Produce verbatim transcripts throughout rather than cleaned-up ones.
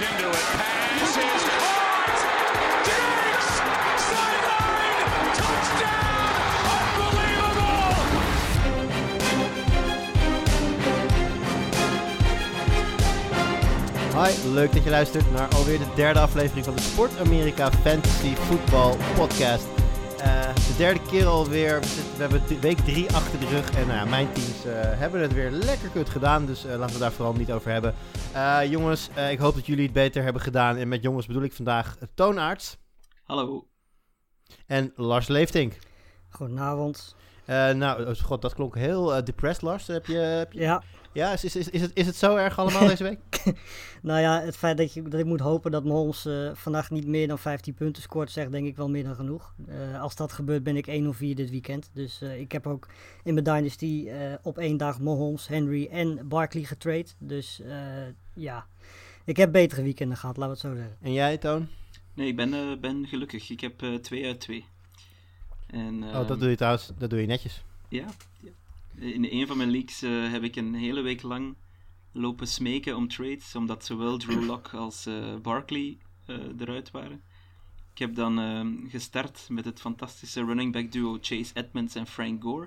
into it. Pass is caught. Diggs! Sideline! Touchdown! Unbelievable! Hi, leuk dat je luistert naar alweer de derde aflevering van de Sport Amerika Fantasy Football Podcast. Uh, de derde keer alweer. We, zitten, we hebben week drie achter de rug. En nou ja, mijn teams uh, hebben het weer lekker kut gedaan. Dus uh, laten we daar vooral niet over hebben. Uh, jongens, uh, ik hoop dat jullie het beter hebben gedaan. En met jongens bedoel ik vandaag Toonaarts. Hallo. En Lars Leeftink. Goedenavond. Uh, nou, god, dat klonk heel uh, depressed, Lars. Heb je, heb je... Ja. Ja, is, is, is, is, het, is het zo erg allemaal deze week? Nou ja, het feit dat, je, dat ik moet hopen dat Mahomes uh, vandaag niet meer dan vijftien punten scoort, zegt denk ik wel meer dan genoeg. Uh, als dat gebeurt ben ik één nul vier dit weekend. Dus uh, ik heb ook in mijn Dynasty uh, op één dag Mahomes, Henry en Barkley getrade. Dus uh, ja, ik heb betere weekenden gehad, laten we het zo zeggen. En jij, Toon? Nee, ik ben, uh, ben gelukkig. Ik heb uh, twee uit twee. En, uh, oh, dat doe je trouwens, dat doe je netjes. Ja, ja. In een van mijn leagues uh, heb ik een hele week lang lopen smeken om trades, omdat zowel Drew Lock als uh, Barkley uh, eruit waren. Ik heb dan uh, gestart met het fantastische running back duo Chase Edmonds en Frank Gore.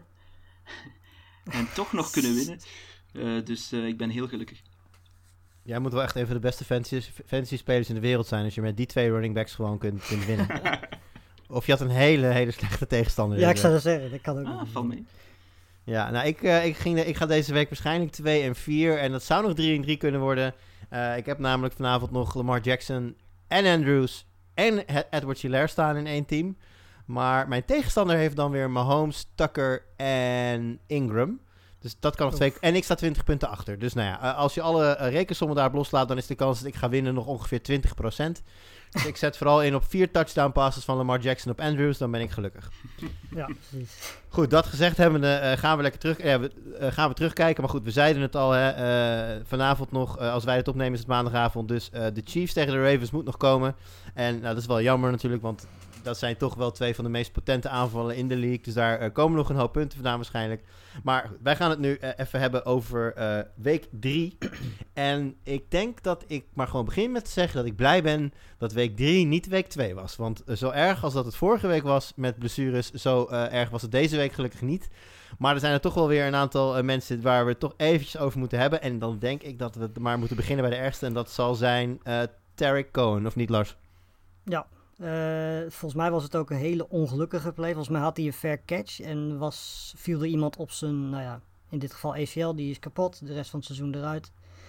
En toch nog kunnen winnen. Uh, dus uh, ik ben heel gelukkig. Jij moet wel echt even de beste fantasy, fantasy spelers in de wereld zijn als je met die twee running backs gewoon kunt, kunt winnen. Of je had een hele, hele slechte tegenstander. Ja, ik zou dat zeggen. Dat kan ook ah, niet. Val mee. Ja, nou, ik, uh, ik, ging de, ik ga deze week waarschijnlijk twee en vier. En dat zou nog drie en drie kunnen worden. Uh, ik heb namelijk vanavond nog Lamar Jackson en Andrews en Edward Helaire staan in één team. Maar mijn tegenstander heeft dan weer Mahomes, Tucker en Ingram. Dus dat kan nog twee... En ik sta twintig punten achter. Dus nou ja, uh, als je alle uh, rekensommen daarop loslaat, dan is de kans dat ik ga winnen nog ongeveer twintig procent. Dus ik zet vooral in op vier touchdown passes van Lamar Jackson op Andrews. Dan ben ik gelukkig. Ja, precies. Goed, dat gezegd hebbende uh, gaan we lekker terug, uh, we, uh, gaan we terugkijken. Maar goed, we zeiden het al. Hè, uh, vanavond nog, uh, als wij het opnemen is het maandagavond. Dus uh, de Chiefs tegen de Ravens moet nog komen. En nou, dat is wel jammer natuurlijk, want dat zijn toch wel twee van de meest potente aanvallen in de league. Dus daar uh, komen nog een hoop punten vandaan waarschijnlijk. Maar wij gaan het nu uh, even hebben over uh, week drie. En ik denk dat ik maar gewoon begin met te zeggen dat ik blij ben dat week drie niet week twee was. Want uh, zo erg als dat het vorige week was met blessures, zo uh, erg was het deze week gelukkig niet. Maar er zijn er toch wel weer een aantal uh, mensen waar we het toch eventjes over moeten hebben. En dan denk ik dat we maar moeten beginnen bij de ergste. En dat zal zijn uh, Tarik Cohen, of niet, Lars? Ja. Uh, volgens mij was het ook een hele ongelukkige play. Volgens mij had hij een fair catch en was, viel er iemand op zijn, nou ja, in dit geval A C L, die is kapot, de rest van het seizoen eruit.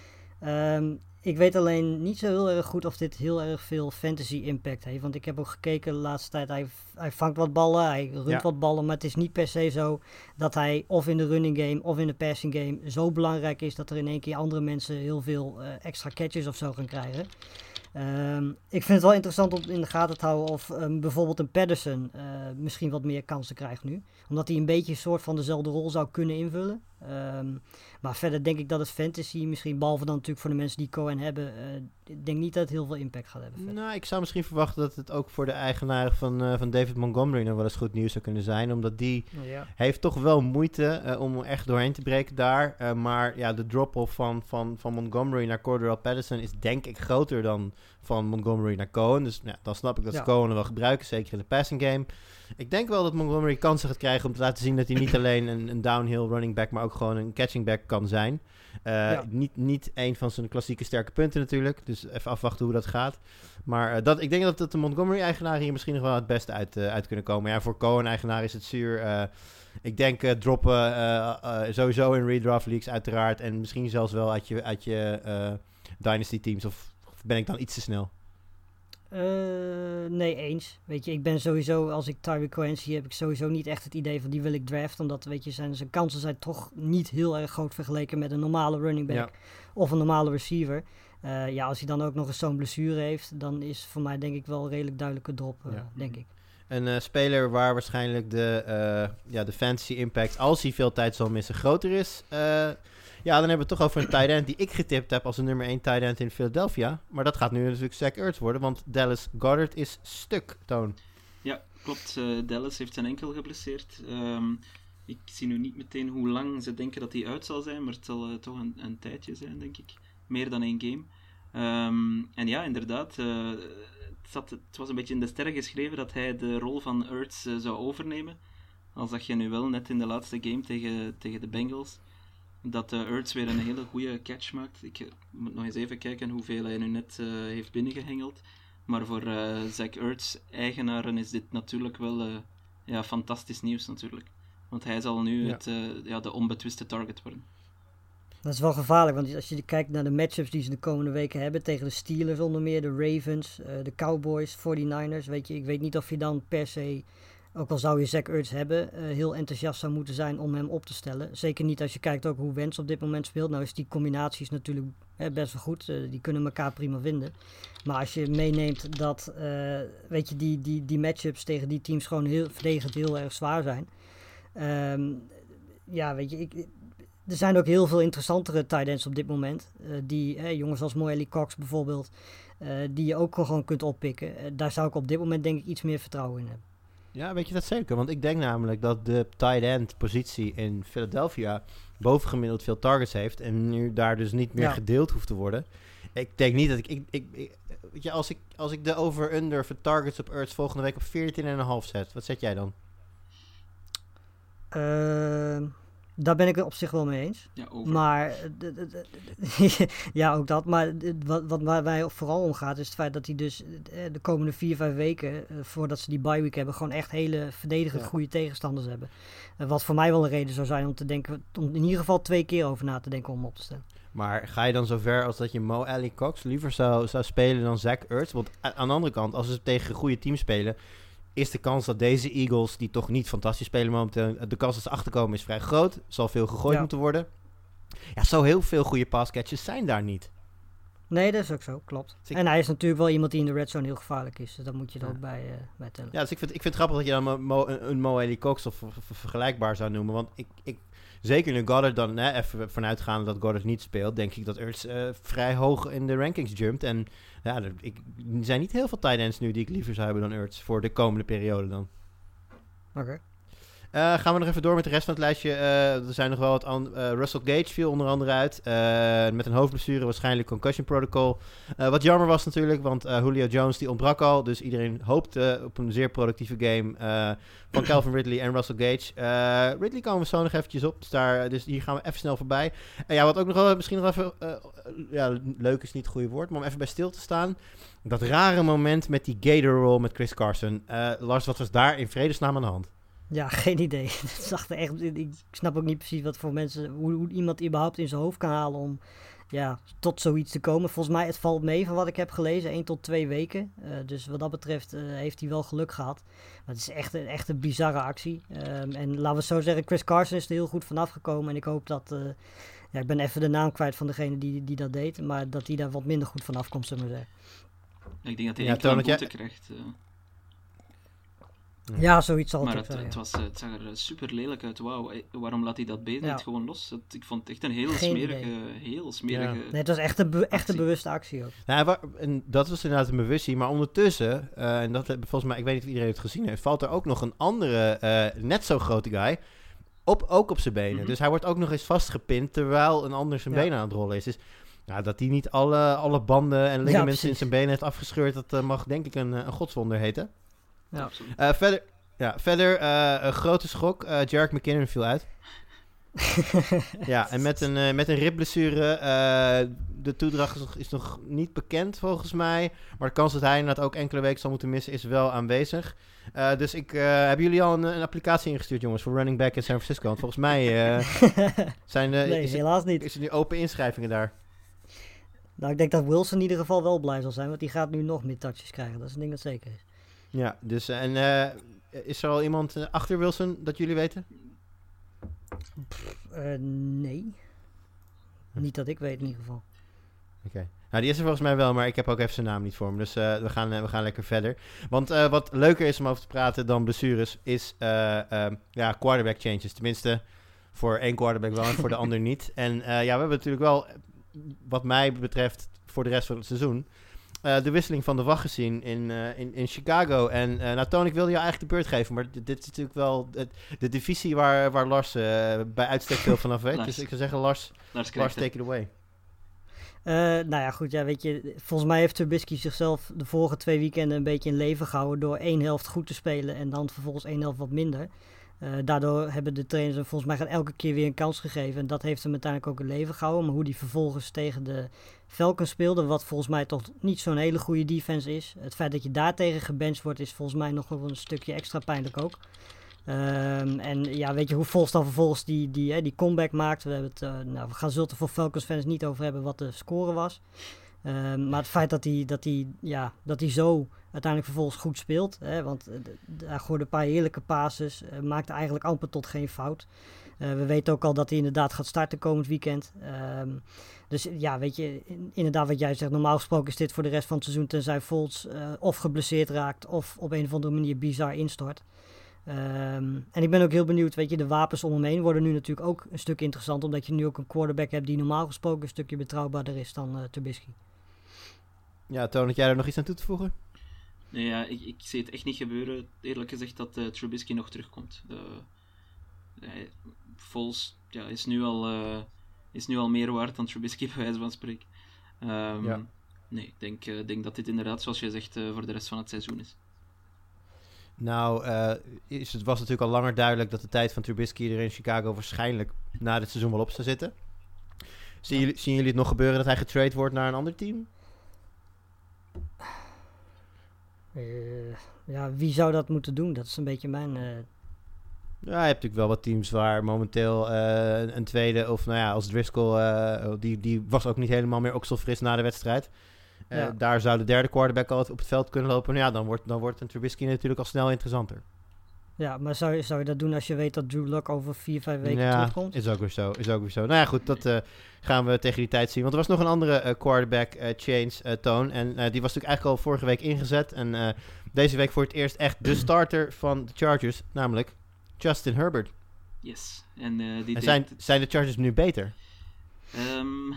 Um, ik weet alleen niet zo heel erg goed of dit heel erg veel fantasy impact heeft, want ik heb ook gekeken de laatste tijd, hij, hij vangt wat ballen, hij runt ja. wat ballen, maar het is niet per se zo dat hij of in de running game of in de passing game zo belangrijk is dat er in één keer andere mensen heel veel uh, extra catches of zo gaan krijgen. Um, ik vind het wel interessant om in de gaten te houden of um, bijvoorbeeld een Patterson uh, misschien wat meer kansen krijgt nu. Omdat hij een beetje een soort van dezelfde rol zou kunnen invullen. Um, maar verder denk ik dat het fantasy misschien, behalve dan natuurlijk voor de mensen die Cohen hebben, uh, ik denk niet dat het heel veel impact gaat hebben. Verder. Nou, ik zou misschien verwachten dat het ook voor de eigenaar van, uh, van David Montgomery nog wel eens goed nieuws zou kunnen zijn. Omdat die oh, ja. heeft toch wel moeite uh, om echt doorheen te breken daar. Uh, maar ja, de drop-off van, van, van Montgomery naar Cordarrelle Patterson is denk ik groter dan van Montgomery naar Cohen. Dus ja, dan snap ik dat ja. ze Cohen wel gebruiken, zeker in de passing game. Ik denk wel dat Montgomery kansen gaat krijgen om te laten zien dat hij niet alleen een, een downhill running back, maar ook gewoon een catching back kan zijn. Uh, ja. niet, niet een van zijn klassieke sterke punten natuurlijk. Dus even afwachten hoe dat gaat. Maar uh, dat, ik denk dat, dat de Montgomery-eigenaar hier misschien nog wel het beste uit, uh, uit kunnen komen. Ja, voor Cohen-eigenaar is het zuur. Uh, ik denk uh, droppen uh, uh, sowieso in redraft leagues uiteraard. En misschien zelfs wel uit je, uit je uh, dynasty teams. Of, of ben ik dan iets te snel? Uh, nee, eens. Weet je, ik ben sowieso, als ik Tarik Cohen zie, heb ik sowieso niet echt het idee van die wil ik draften. Omdat, weet je, zijn, zijn kansen zijn toch niet heel erg groot vergeleken met een normale running back ja. of een normale receiver. Uh, ja, als hij dan ook nog eens zo'n blessure heeft, dan is voor mij denk ik wel een redelijk duidelijke drop, uh, ja. denk ik. Een uh, speler waar waarschijnlijk de, uh, ja, de fantasy impact, als hij veel tijd zal missen, groter is. Uh, ja, dan hebben we het toch over een tight end die ik getipt heb als de nummer één tight end in Philadelphia. Maar dat gaat nu natuurlijk Zach Ertz worden, want Dallas Goedert is stuk, Toon. Ja, klopt. Uh, Dallas heeft zijn enkel geblesseerd. Um, ik zie nu niet meteen hoe lang ze denken dat hij uit zal zijn, maar het zal uh, toch een, een tijdje zijn, denk ik. Meer dan één game. Um, en ja, inderdaad, uh, het, zat, het was een beetje in de sterren geschreven dat hij de rol van Ertz uh, zou overnemen. Al zag je nu wel net in de laatste game tegen, tegen de Bengals dat uh, Ertz weer een hele goede catch maakt. Ik uh, moet nog eens even kijken hoeveel hij nu net uh, heeft binnengehengeld. Maar voor uh, Zach Ertz eigenaren is dit natuurlijk wel uh, ja, fantastisch nieuws natuurlijk. Want hij zal nu ja. Het, uh, ja, de onbetwiste target worden. Dat is wel gevaarlijk, want als je kijkt naar de matchups die ze de komende weken hebben tegen de Steelers onder meer, de Ravens, uh, de Cowboys, forty-niners, weet je, ik weet niet of je dan per se, ook al zou je Zach Ertz hebben, uh, heel enthousiast zou moeten zijn om hem op te stellen. Zeker niet als je kijkt ook hoe Wentz op dit moment speelt. Nou is die combinaties natuurlijk hè, best wel goed, uh, die kunnen elkaar prima vinden. Maar als je meeneemt dat, uh, weet je, die, die, die matchups tegen die teams gewoon heel, verdedigend heel erg zwaar zijn. Um, ja, weet je, ik... Er zijn ook heel veel interessantere tight ends op dit moment. Uh, die, eh, jongens als Mo Alie-Cox bijvoorbeeld, uh, die je ook gewoon kunt oppikken. Uh, daar zou ik op dit moment denk ik iets meer vertrouwen in hebben. Ja, weet je dat zeker? Want ik denk namelijk dat de tight end positie in Philadelphia bovengemiddeld veel targets heeft. En nu daar dus niet meer Ja. gedeeld hoeft te worden. Ik denk niet dat ik... ik, ik, ik weet je, als ik, als ik de over-under voor targets op Ertz volgende week op veertien komma vijf zet, wat zet jij dan? Uh, Daar ben ik het op zich wel mee eens. Ja, over. Maar, d- d- d- ja, ook dat. Maar d- wat, wat waar wij vooral om gaat, is het feit dat hij dus de komende vier, vijf weken, uh, voordat ze die bye week hebben, gewoon echt hele verdedigend Ja. goede tegenstanders hebben. Uh, wat voor mij wel een reden zou zijn om te denken, om in ieder geval twee keer over na te denken om hem op te stellen. Maar ga je dan zover als dat je Mo Alie-Cox liever zou, zou spelen dan Zach Ertz? Want a- aan de andere kant, als ze tegen goede teams spelen, is de kans dat deze Eagles, die toch niet fantastisch spelen momenteel, de kans dat ze achterkomen is vrij groot. Zal veel gegooid Ja. moeten worden. Ja, zo heel veel goede passcatches zijn daar niet. Nee, dat is ook zo, klopt. Dus ik- En hij is natuurlijk wel iemand die in de red zone heel gevaarlijk is. Dus dat moet je er Ja. ook bij, uh, bij tellen. Ja, dus ik vind, ik vind het grappig dat je dan Mo, Mo- een, een Mo Alie-Cox of, of, of vergelijkbaar zou noemen. Want ik, ik zeker nu Goddard dan, hè, even vanuitgaande dat Goddard niet speelt, denk ik dat Ertz uh, vrij hoog in de rankings jumpt. En ja, er, ik, er zijn niet heel veel tight ends nu die ik liever zou hebben dan Ertz voor de komende periode dan. Oké. Okay. Uh, gaan we nog even door met de rest van het lijstje. Uh, er zijn nog wel wat an- uh, Russell Gage viel onder andere uit. Uh, met een hoofdblessure, waarschijnlijk concussion protocol. Uh, wat jammer was natuurlijk, want uh, Julio Jones die ontbrak al. Dus iedereen hoopte op een zeer productieve game uh, van Calvin Ridley en Russell Gage. Uh, Ridley komen we zo nog eventjes op. Dus, daar, dus hier gaan we even snel voorbij. En ja, wat ook nog wel misschien nog even... Uh, ja, leuk is niet het goede woord, maar om even bij stil te staan. Dat rare moment met die Gator roll met Chris Carson. Uh, Lars, wat was daar in vredesnaam aan de hand? Ja, geen idee. Het zag er echt, ik snap ook niet precies wat voor mensen, hoe, hoe iemand überhaupt in zijn hoofd kan halen om ja, tot zoiets te komen. Volgens mij, het valt mee van wat ik heb gelezen, één tot twee weken. Uh, dus wat dat betreft uh, heeft hij wel geluk gehad. Maar het is echt, echt een bizarre actie. Um, en laten we zo zeggen, Chris Carson is er heel goed vanaf gekomen. En ik hoop dat, uh, ja, ik ben even de naam kwijt van degene die, die dat deed, maar dat hij daar wat minder goed vanaf komt, zullen we zeggen. Ik denk dat hij ja, enkel een boete jij... krijgt. Uh. Ja, zoiets zal het maar ook het, zijn, het, ja. was, het zag er super lelijk uit. Wauw, waarom laat hij dat been Ja. niet gewoon los? Het, ik vond het echt een heel Geen smerige, idee. heel smerige... Ja. Nee, het was echt een, be- echt een actie. bewuste actie ook. Nou, waar, en dat was inderdaad een bewustzijn, maar ondertussen, uh, en dat volgens mij, ik weet niet of iedereen het gezien heeft, valt er ook nog een andere, uh, net zo grote guy, op, ook op zijn benen. Mm-hmm. Dus hij wordt ook nog eens vastgepind, terwijl een ander zijn Ja. benen aan het rollen is. Dus ja, dat hij niet alle, alle banden en ligaments Ja, in zijn benen heeft afgescheurd, dat uh, mag denk ik een, een godswonder heten. Ja. Absoluut. Uh, verder, ja, verder uh, een grote schok, uh, Jerick McKinnon viel uit. Ja, en met een, uh, met een ribblessure. Uh, de toedracht is nog, is nog niet bekend volgens mij. Maar de kans dat hij inderdaad ook enkele weken zal moeten missen is wel aanwezig. Uh, dus ik, uh, hebben jullie al een, een applicatie ingestuurd, jongens, voor running back in San Francisco? Want volgens mij uh, zijn de, nee, is, helaas niet. is er nu open inschrijvingen daar. Nou, ik denk dat Wilson in ieder geval wel blij zal zijn, want die gaat nu nog meer touches krijgen. Dat is een ding dat zeker is. Ja, dus uh, en uh, is er al iemand uh, achter Wilson dat jullie weten? Uh, nee. Niet dat ik weet in ieder geval. Oké. Okay. Nou, die is er volgens mij wel, maar ik heb ook even zijn naam niet voor me. Dus uh, we, gaan, uh, we gaan lekker verder. Want uh, wat leuker is om over te praten dan blessures, is uh, uh, ja, quarterback changes. Tenminste, voor één quarterback wel en voor de ander niet. En uh, ja, we hebben natuurlijk wel, wat mij betreft, voor de rest van het seizoen, uh, de wisseling van de wacht gezien in, uh, in, in Chicago. En uh, nou, Toon, ik wilde jou eigenlijk de beurt geven, maar dit, dit is natuurlijk wel het, de divisie waar, waar Lars uh, bij uitstek veel vanaf weet. Dus ik zou zeggen, Lars, Lars, Lars take it away. Uh, nou ja, goed, ja, weet je, volgens mij heeft Trubisky zichzelf de vorige twee weekenden een beetje in leven gehouden door één helft goed te spelen en dan vervolgens één helft wat minder. Uh, daardoor hebben de trainers hem volgens mij gaan elke keer weer een kans gegeven en dat heeft hem uiteindelijk ook in leven gehouden. Maar hoe die vervolgens tegen de Falcons speelde, wat volgens mij toch niet zo'n hele goede defense is. Het feit dat je daar tegen gebenched wordt is volgens mij nog wel een stukje extra pijnlijk ook. Um, en ja, weet je hoe Foles dan vervolgens die, die, hè, die comeback maakt. We, hebben het, uh, nou, we gaan zullen het er voor Falcons fans niet over hebben wat de score was. Um, maar het feit dat hij, dat hij, ja, dat hij zo uiteindelijk vervolgens goed speelt. Hè, want uh, hij gooide een paar heerlijke passes. Uh, maakte eigenlijk amper tot geen fout. Uh, we weten ook al dat hij inderdaad gaat starten komend weekend. Um, dus ja, weet je, in, inderdaad wat jij zegt. Normaal gesproken is dit voor de rest van het seizoen tenzij Foles uh, of geblesseerd raakt of op een of andere manier bizar instort. Um, en ik ben ook heel benieuwd, weet je, de wapens om hem heen worden nu natuurlijk ook een stuk interessant, omdat je nu ook een quarterback hebt die normaal gesproken een stukje betrouwbaarder is dan uh, Trubisky. Ja, Toon, had jij er nog iets aan toe te voegen? Nee, ja, ik, ik zie het echt niet gebeuren, eerlijk gezegd, dat uh, Trubisky nog terugkomt. Uh, hij, Foles ja, is, nu al, uh, is nu al meer waard dan Trubisky, bij wijze van spreken. Um, ja. Nee, ik denk, uh, denk dat dit inderdaad, zoals je zegt, uh, voor de rest van het seizoen is. Nou, uh, is, het was natuurlijk al langer duidelijk dat de tijd van Trubisky er in Chicago waarschijnlijk na dit seizoen wel op zou zitten. Zien jullie, zien jullie het nog gebeuren dat hij getrade wordt naar een ander team? Uh, ja, wie zou dat moeten doen? Dat is een beetje mijn... Uh... Ja, je hebt natuurlijk wel wat teams waar momenteel uh, een tweede, of nou ja, als Driscoll, uh, die, die was ook niet helemaal meer okselfris na de wedstrijd. Uh, ja. Daar zou de derde quarterback al op het veld kunnen lopen. Nou ja, dan wordt, dan wordt een Trubisky natuurlijk al snel interessanter. Ja, maar zou je, zou je dat doen als je weet dat Drew Lock over vier, vijf weken ja, terugkomt? is ook weer zo. Is ook weer zo. Nou ja, goed, dat uh, gaan we tegen die tijd zien. Want er was nog een andere uh, quarterback uh, change, uh, Toon. En uh, die was natuurlijk eigenlijk al vorige week ingezet. En uh, deze week voor het eerst echt de starter van de Chargers. Namelijk Justin Herbert. Yes. En, uh, die en zijn, deed... zijn de Chargers nu beter? Um,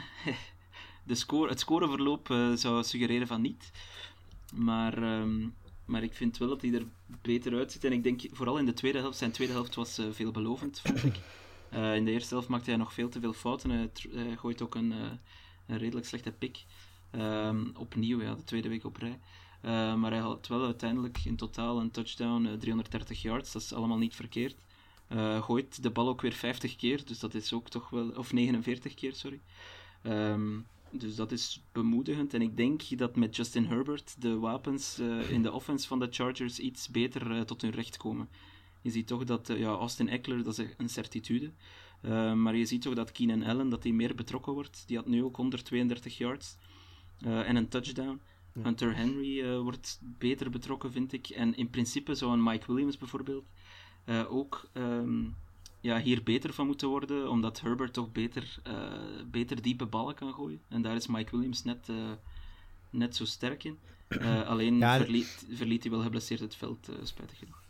de score, het scoreverloop uh, zou suggereren van niet. Maar... Um, Maar ik vind wel dat hij er beter uitziet. En ik denk vooral in de tweede helft. Zijn tweede helft was uh, veelbelovend, vond ik. Uh, in de eerste helft maakte hij nog veel te veel fouten. Hij uh, gooit ook een, uh, een redelijk slechte pick. Um, opnieuw, ja, de tweede week op rij. Uh, maar hij had wel uiteindelijk in totaal een touchdown, uh, driehonderddertig yards. Dat is allemaal niet verkeerd. Uh, gooit de bal ook weer vijftig keer. Dus dat is ook toch wel... Of negenenveertig keer, sorry. Um, Dus dat is bemoedigend. En ik denk dat met Justin Herbert de wapens uh, in de offense van de Chargers iets beter uh, tot hun recht komen. Je ziet toch dat uh, ja, Austin Eckler, dat is een certitude. Uh, maar je ziet toch dat Keenan Allen dat hij meer betrokken wordt. Die had nu ook honderdtweeëndertig yards uh, en een touchdown. Ja. Hunter Henry uh, wordt beter betrokken, vind ik. En in principe zou een Mike Williams bijvoorbeeld uh, ook... Um, Ja, hier beter van moeten worden, omdat Herbert toch beter, uh, beter diepe ballen kan gooien. En daar is Mike Williams net, uh, net zo sterk in. Uh, alleen ja, verliet, verliet hij wel geblesseerd het veld, uh, spijtig genoeg.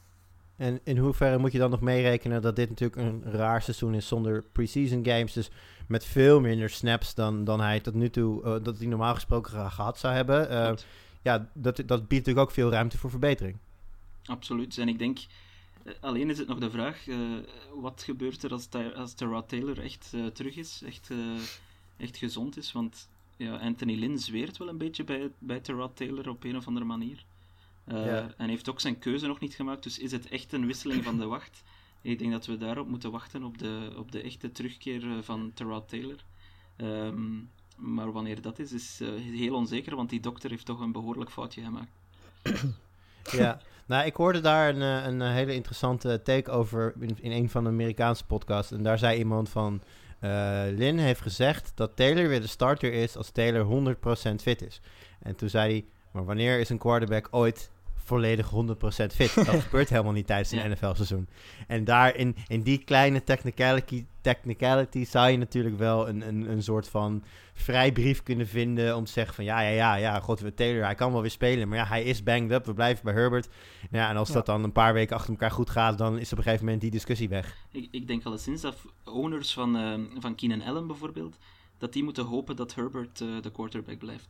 En in hoeverre moet je dan nog meerekenen dat dit natuurlijk een raar seizoen is zonder pre-season games, dus met veel minder snaps dan, dan hij tot nu toe, uh, dat hij normaal gesproken gehad zou hebben. Uh, ja, dat, dat biedt natuurlijk ook veel ruimte voor verbetering. Absoluut, en ik denk... Alleen is het nog de vraag, uh, wat gebeurt er als, Ty- als Tyrod Taylor echt uh, terug is, echt, uh, echt gezond is? Want ja, Anthony Lynn zweert wel een beetje bij, bij Tyrod Taylor op een of andere manier. Uh, ja. En heeft ook zijn keuze nog niet gemaakt, dus is het echt een wisseling van de wacht? Ik denk dat we daarop moeten wachten, op de, op de echte terugkeer van Tyrod Taylor. Um, maar wanneer dat is, is uh, heel onzeker, want die dokter heeft toch een behoorlijk foutje gemaakt. Ja, nou, ik hoorde daar een, een hele interessante take over in, in een van de Amerikaanse podcasts. En daar zei iemand van, uh, Lynn heeft gezegd dat Taylor weer de starter is als Taylor honderd procent fit is. En toen zei hij, maar wanneer is een quarterback ooit volledig honderd procent fit? Dat gebeurt helemaal niet tijdens een ja. N F L-seizoen. En daar in, in die kleine technicality, technicality zou je natuurlijk wel een, een, een soort van vrijbrief kunnen vinden om te zeggen van ja, ja, ja, ja, god, we Taylor, hij kan wel weer spelen, maar ja, hij is banged up, we blijven bij Herbert. Ja, en als ja. dat dan een paar weken achter elkaar goed gaat, dan is op een gegeven moment die discussie weg. Ik, ik denk alleszins dat owners van, uh, van Keenan Allen bijvoorbeeld, dat die moeten hopen dat Herbert uh, de quarterback blijft.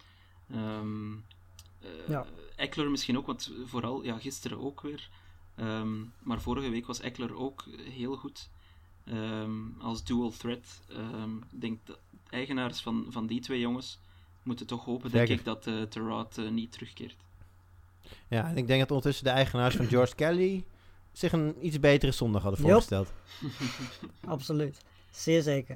Um, uh, ja. Eckler misschien ook, want vooral, ja, gisteren ook weer. Um, maar vorige week was Eckler ook heel goed. um, als dual threat. Um, ik denk dat eigenaars van, van die twee jongens moeten toch hopen, denk ik, dat uh, Terod uh, niet terugkeert. Ja, en ik denk dat ondertussen de eigenaars van George Kelly zich een iets betere zondag hadden voorgesteld. Absoluut. Zeer zeker.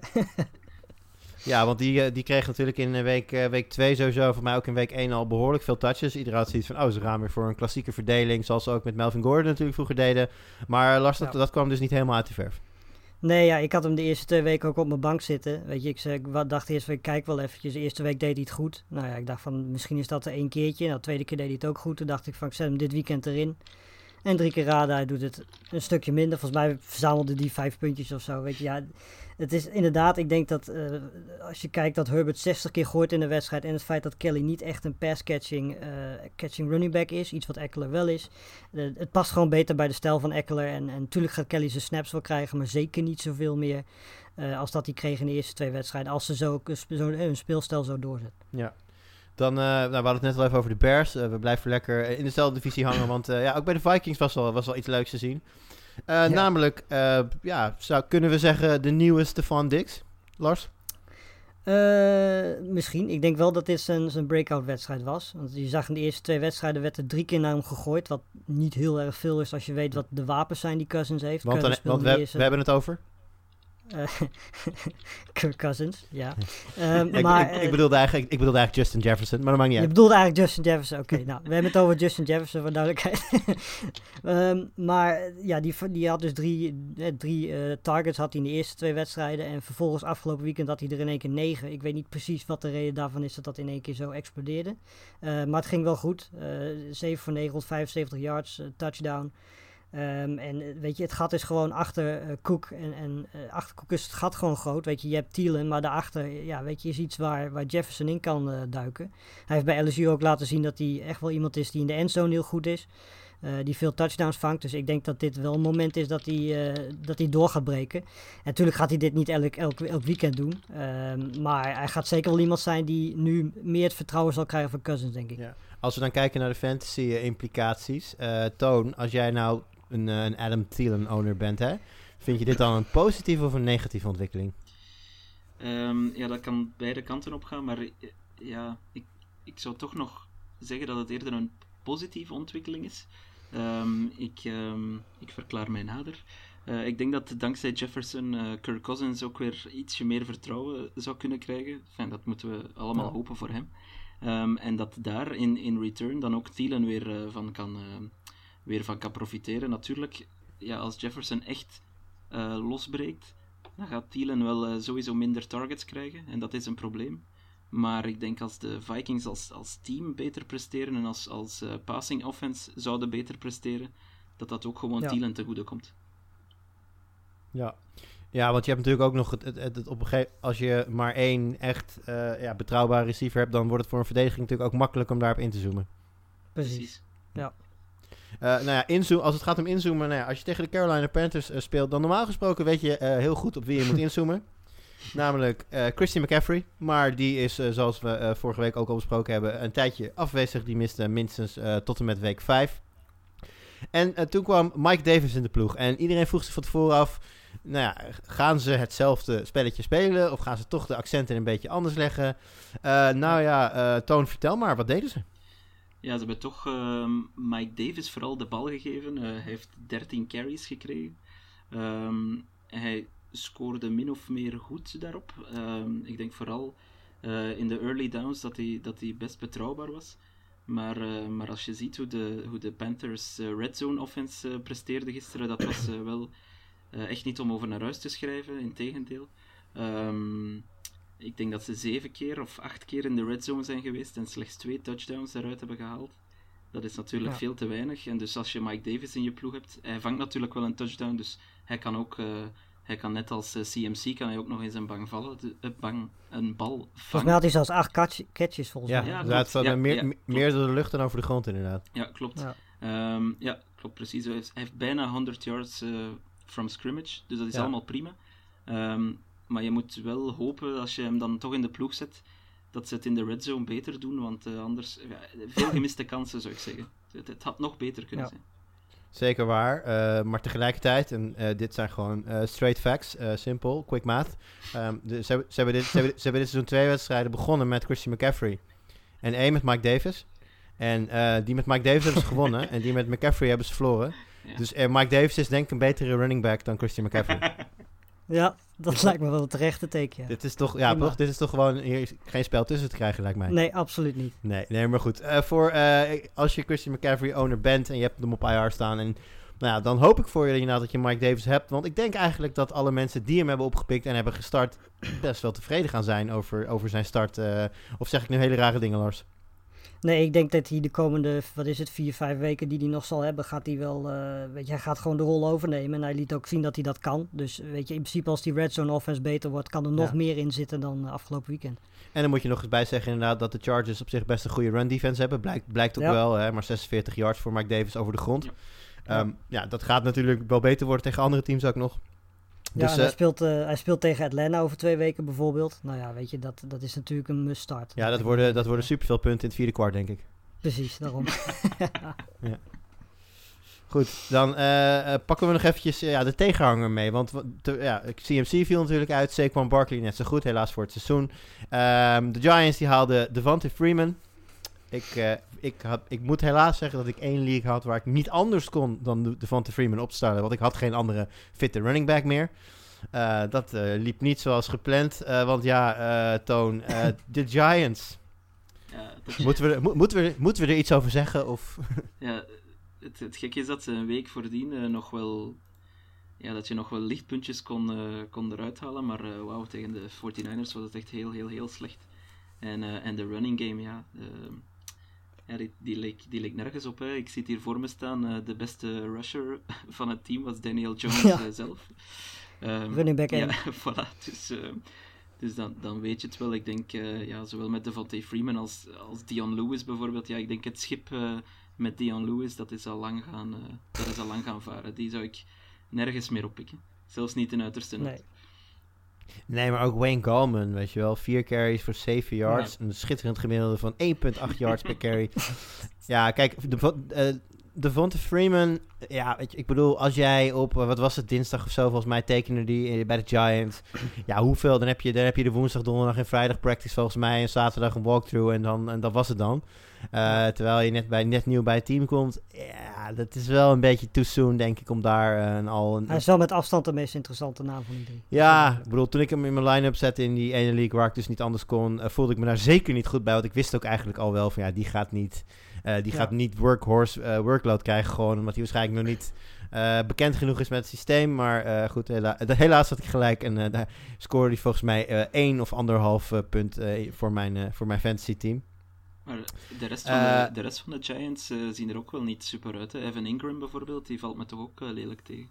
Ja, want die, die kreeg natuurlijk in week, uh, week twee sowieso, voor mij ook in week één al behoorlijk veel touches. Iedereen had zoiets van, oh, ze gaan weer voor een klassieke verdeling, zoals ze ook met Melvin Gordon natuurlijk vroeger deden. Maar Lars, dat, ja. dat kwam dus niet helemaal uit de verf. Nee, ja, ik had hem de eerste twee weken ook op mijn bank zitten. Weet je, ik, zei, ik dacht eerst, ik kijk wel eventjes. De eerste week deed hij het goed. Nou ja, ik dacht van, misschien is dat er één keertje. Nou, de tweede keer deed hij het ook goed. Toen dacht ik van, ik zet hem dit weekend erin. En drie keer raden, hij doet het een stukje minder. Volgens mij verzamelde die vijf puntjes of zo. Weet je, ja, het is inderdaad, ik denk dat uh, als je kijkt dat Herbert zestig keer gooit in de wedstrijd en het feit dat Kelly niet echt een pass-catching uh, catching running back is, iets wat Eckler wel is. Uh, het past gewoon beter bij de stijl van Eckler. En, en natuurlijk gaat Kelly zijn snaps wel krijgen, maar zeker niet zoveel meer uh, als dat hij kreeg in de eerste twee wedstrijden. Als ze zo, zo hun speelstijl zo doorzet. Ja. Dan, uh, nou, we hadden het net al even over de Bears. Uh, we blijven lekker in dezelfde divisie hangen, want uh, ja, ook bij de Vikings was wel, was wel iets leuks te zien. Uh, ja. Namelijk, uh, ja, zou, kunnen we zeggen de nieuwe Stefon Diggs, Lars? Uh, misschien. Ik denk wel dat dit zijn, zijn breakout wedstrijd was. Want je zag in de eerste twee wedstrijden werd er drie keer naar hem gegooid, wat niet heel erg veel is als je weet wat de wapens zijn die Cousins heeft. Want, dan, want we, we hebben het over... Uh, Kirk Cousins, ja. Um, ik, maar, ik, ik, bedoelde eigenlijk, ik bedoelde eigenlijk Justin Jefferson, maar dat maakt niet uit. Je bedoelde eigenlijk Justin Jefferson, oké. Okay, nou, we hebben het over Justin Jefferson, voor duidelijkheid. um, maar ja, die, die had dus drie, eh, drie uh, targets had hij in de eerste twee wedstrijden. En vervolgens afgelopen weekend had hij er in één keer negen. Ik weet niet precies wat de reden daarvan is dat dat in één keer zo explodeerde. Uh, maar het ging wel goed. Uh, zeven voor negen, honderdvijfenzeventig yards, uh, touchdown. Um, en weet je, het gat is gewoon achter uh, Cook en, en uh, achter Cook is het gat gewoon groot. Weet je, je hebt Thielen, maar daarachter, ja, weet je, is iets waar, waar Jefferson in kan uh, duiken. Hij heeft bij L S U ook laten zien dat hij echt wel iemand is die in de endzone heel goed is. Uh, die veel touchdowns vangt. Dus ik denk dat dit wel een moment is dat hij, uh, dat hij door gaat breken. En natuurlijk gaat hij dit niet elk, elk, elk weekend doen. Um, maar hij gaat zeker wel iemand zijn die nu meer het vertrouwen zal krijgen van Cousins, denk ik. Ja. Als we dan kijken naar de fantasy uh, implicaties. Uh, Toon, als jij nou een, uh, een Adam Thielen owner bent, hè? Vind je dit dan een positieve of een negatieve ontwikkeling? Um, ja, dat kan beide kanten op gaan. Maar uh, ja, ik, ik zou toch nog zeggen dat het eerder een positieve ontwikkeling is. Um, ik, um, ik verklaar mij nader. Uh, ik denk dat dankzij Jefferson uh, Kirk Cousins ook weer ietsje meer vertrouwen zou kunnen krijgen. Enfin, dat moeten we allemaal ja. hopen voor hem. Um, en dat daar in, in return dan ook Thielen weer, uh, van kan, uh, weer van kan profiteren. Natuurlijk, ja, als Jefferson echt uh, losbreekt, dan gaat Thielen wel uh, sowieso minder targets krijgen. En dat is een probleem. Maar ik denk als de Vikings als, als team beter presteren en als, als uh, passing offense zouden beter presteren, dat dat ook gewoon ja. Thielen te goede komt. Ja. Ja, want je hebt natuurlijk ook nog het, het, het, het op een gegeven als je maar één echt uh, ja, betrouwbare receiver hebt, dan wordt het voor een verdediging natuurlijk ook makkelijk om daarop in te zoomen. Precies. Ja. Uh, nou ja, inzoom, als het gaat om inzoomen, nou ja, als je tegen de Carolina Panthers uh, speelt, dan normaal gesproken weet je uh, heel goed op wie je moet inzoomen. Namelijk uh, Christian McCaffrey. Maar die is, uh, zoals we uh, vorige week ook al besproken hebben, een tijdje afwezig. Die miste minstens uh, tot en met week vijf. En uh, toen kwam Mike Davis in de ploeg. En iedereen vroeg zich van tevoren af, nou ja, gaan ze hetzelfde spelletje spelen? Of gaan ze toch de accenten een beetje anders leggen? Uh, nou ja, uh, Toon, vertel maar, wat deden ze? Ja, ze hebben toch uh, Mike Davis vooral de bal gegeven. Uh, hij heeft dertien carries gekregen. Um, hij scoorde min of meer goed daarop. Um, ik denk vooral uh, in de early downs dat hij, dat hij best betrouwbaar was. Maar, uh, maar als je ziet hoe de, hoe de Panthers uh, red zone offense uh, presteerde gisteren, dat was uh, wel uh, echt niet om over naar huis te schrijven, integendeel. Um, ik denk dat ze zeven keer of acht keer in de red zone zijn geweest en slechts twee touchdowns daaruit hebben gehaald. Dat is natuurlijk ja. veel te weinig. En dus als je Mike Davis in je ploeg hebt, hij vangt natuurlijk wel een touchdown, dus hij kan ook... Uh, Hij kan net als uh, C M C kan hij ook nog eens een bang vallen, de, uh, bang, een bal vangen. Volgens mij had hij zelfs acht catch, catches volgens ja, mij. Ja, klopt. Ja, ja, meer, ja, meer door de lucht dan over de grond inderdaad. Ja, klopt. Ja, um, ja klopt precies. Hij heeft, hij heeft bijna honderd yards uh, from scrimmage, dus dat is ja. allemaal prima. Um, maar je moet wel hopen, als je hem dan toch in de ploeg zet, dat ze het in de red zone beter doen, want uh, anders, ja, veel gemiste kansen zou ik zeggen. Het, het had nog beter kunnen ja. zijn. Zeker waar, uh, maar tegelijkertijd, en uh, dit zijn gewoon uh, straight facts, uh, simpel, quick math. Um, de, ze, hebben, ze, hebben dit, ze, hebben, ze hebben dit seizoen twee wedstrijden begonnen met Christian McCaffrey en één met Mike Davis. En uh, die met Mike Davis hebben ze gewonnen en die met McCaffrey hebben ze verloren. Ja. Dus uh, Mike Davis is denk ik een betere running back dan Christian McCaffrey. Ja, dat lijkt me wel het terechte teken. Ja. Dit is toch, ja, toch, dit is toch gewoon hier is geen spel tussen te krijgen, lijkt mij. Nee, absoluut niet. Nee, nee maar goed. Uh, voor, uh, als je Christian McCaffrey owner bent en je hebt hem op I R staan en nou ja, dan hoop ik voor je inderdaad dat je Mike Davis hebt. Want ik denk eigenlijk dat alle mensen die hem hebben opgepikt en hebben gestart best wel tevreden gaan zijn over, over zijn start. Uh, of zeg ik nu hele rare dingen, Lars? Nee, ik denk dat hij de komende, wat is het, vier, vijf weken die hij nog zal hebben, gaat hij wel, uh, weet je, hij gaat gewoon de rol overnemen. En hij liet ook zien dat hij dat kan. Dus weet je, in principe als die red zone offense beter wordt, kan er nog ja. meer in zitten dan uh, afgelopen weekend. En dan moet je nog eens bij zeggen inderdaad dat de Chargers op zich best een goede run defense hebben. Blijkt, blijkt ook ja. wel, hè, maar zesenveertig yards voor Mike Davis over de grond. Ja. Um, ja, dat gaat natuurlijk wel beter worden tegen andere teams ook nog. Ja, dus, hij, uh, speelt, uh, hij speelt tegen Atlanta over twee weken bijvoorbeeld. Nou ja, weet je, dat, dat is natuurlijk een must start. Ja, dat worden, dat worden superveel punten in het vierde kwart, denk ik. Precies, daarom. ja. Goed, dan uh, uh, pakken we nog eventjes uh, ja, de tegenhanger mee. Want te, ja, C M C viel natuurlijk uit. Saquon Barkley net zo goed, helaas voor het seizoen. Um, de Giants die haalden Devonta Freeman. Ik, uh, ik, had, ik moet helaas zeggen dat ik één league had waar ik niet anders kon dan de Devonta Freeman op te starten. Want ik had geen andere fitte running back meer. Uh, dat uh, liep niet zoals gepland. Uh, want ja, uh, Toon, uh, de Giants. Ja, dat... moeten, we, mo- moeten, we, moeten we er iets over zeggen? Of? Ja, het, het gekke is dat ze een week voordien uh, nog wel... Ja, dat je nog wel lichtpuntjes kon, uh, kon eruit halen. Maar uh, wauw, tegen de forty-niners was het echt heel, heel, heel slecht. En, uh, en de running game, ja... Uh, Ja, die, die, leek, die leek nergens op. Hè. Ik zie het hier voor me staan. Uh, de beste rusher van het team was Daniel Jones ja. uh, zelf. Um, Running back ja, voilà. Dus, uh, dus dan, dan weet je het wel. Ik denk, uh, ja, zowel met Devonta Freeman als, als Dion Lewis bijvoorbeeld. Ja, ik denk het schip uh, met Dion Lewis, dat is, al lang gaan, uh, dat is al lang gaan varen. Die zou ik nergens meer oppikken. Zelfs niet in uiterste nood. Nee. Nee, maar ook Wayne Gallman, weet je wel. Vier carries voor zeven yards. Ja. Een schitterend gemiddelde van één komma acht yards per carry. Ja, kijk, de, uh, Devonta Freeman... Ja, weet je, ik bedoel, als jij op... Uh, wat was het, dinsdag of zo, volgens mij tekende die uh, bij de Giants. Ja, hoeveel? Dan heb je, dan heb je de woensdag, donderdag en vrijdag practice volgens mij. En zaterdag een walkthrough en, dan, en dat was het dan. Uh, terwijl je net, bij, net nieuw bij het team komt. Ja, dat is wel een beetje too soon, denk ik, om daar uh, een al... Een, Hij is wel met afstand de meest interessante naam van die drie. Ja, ik bedoel, toen ik hem in mijn line-up zette in die ene league waar ik dus niet anders kon, uh, voelde ik me daar zeker niet goed bij. Want ik wist ook eigenlijk al wel van, ja, die gaat niet, uh, die ja. gaat niet workhorse uh, workload krijgen. Gewoon omdat hij waarschijnlijk nog niet uh, bekend genoeg is met het systeem. Maar uh, goed, hela- helaas had ik gelijk. En uh, daar scoorde hij volgens mij uh, één of anderhalf uh, punt uh, voor, mijn, uh, voor mijn fantasy team. Maar de rest van, uh, de, de, rest van de Giants uh, zien er ook wel niet super uit. Hè? Evan Ingram bijvoorbeeld, die valt me toch ook uh, lelijk tegen.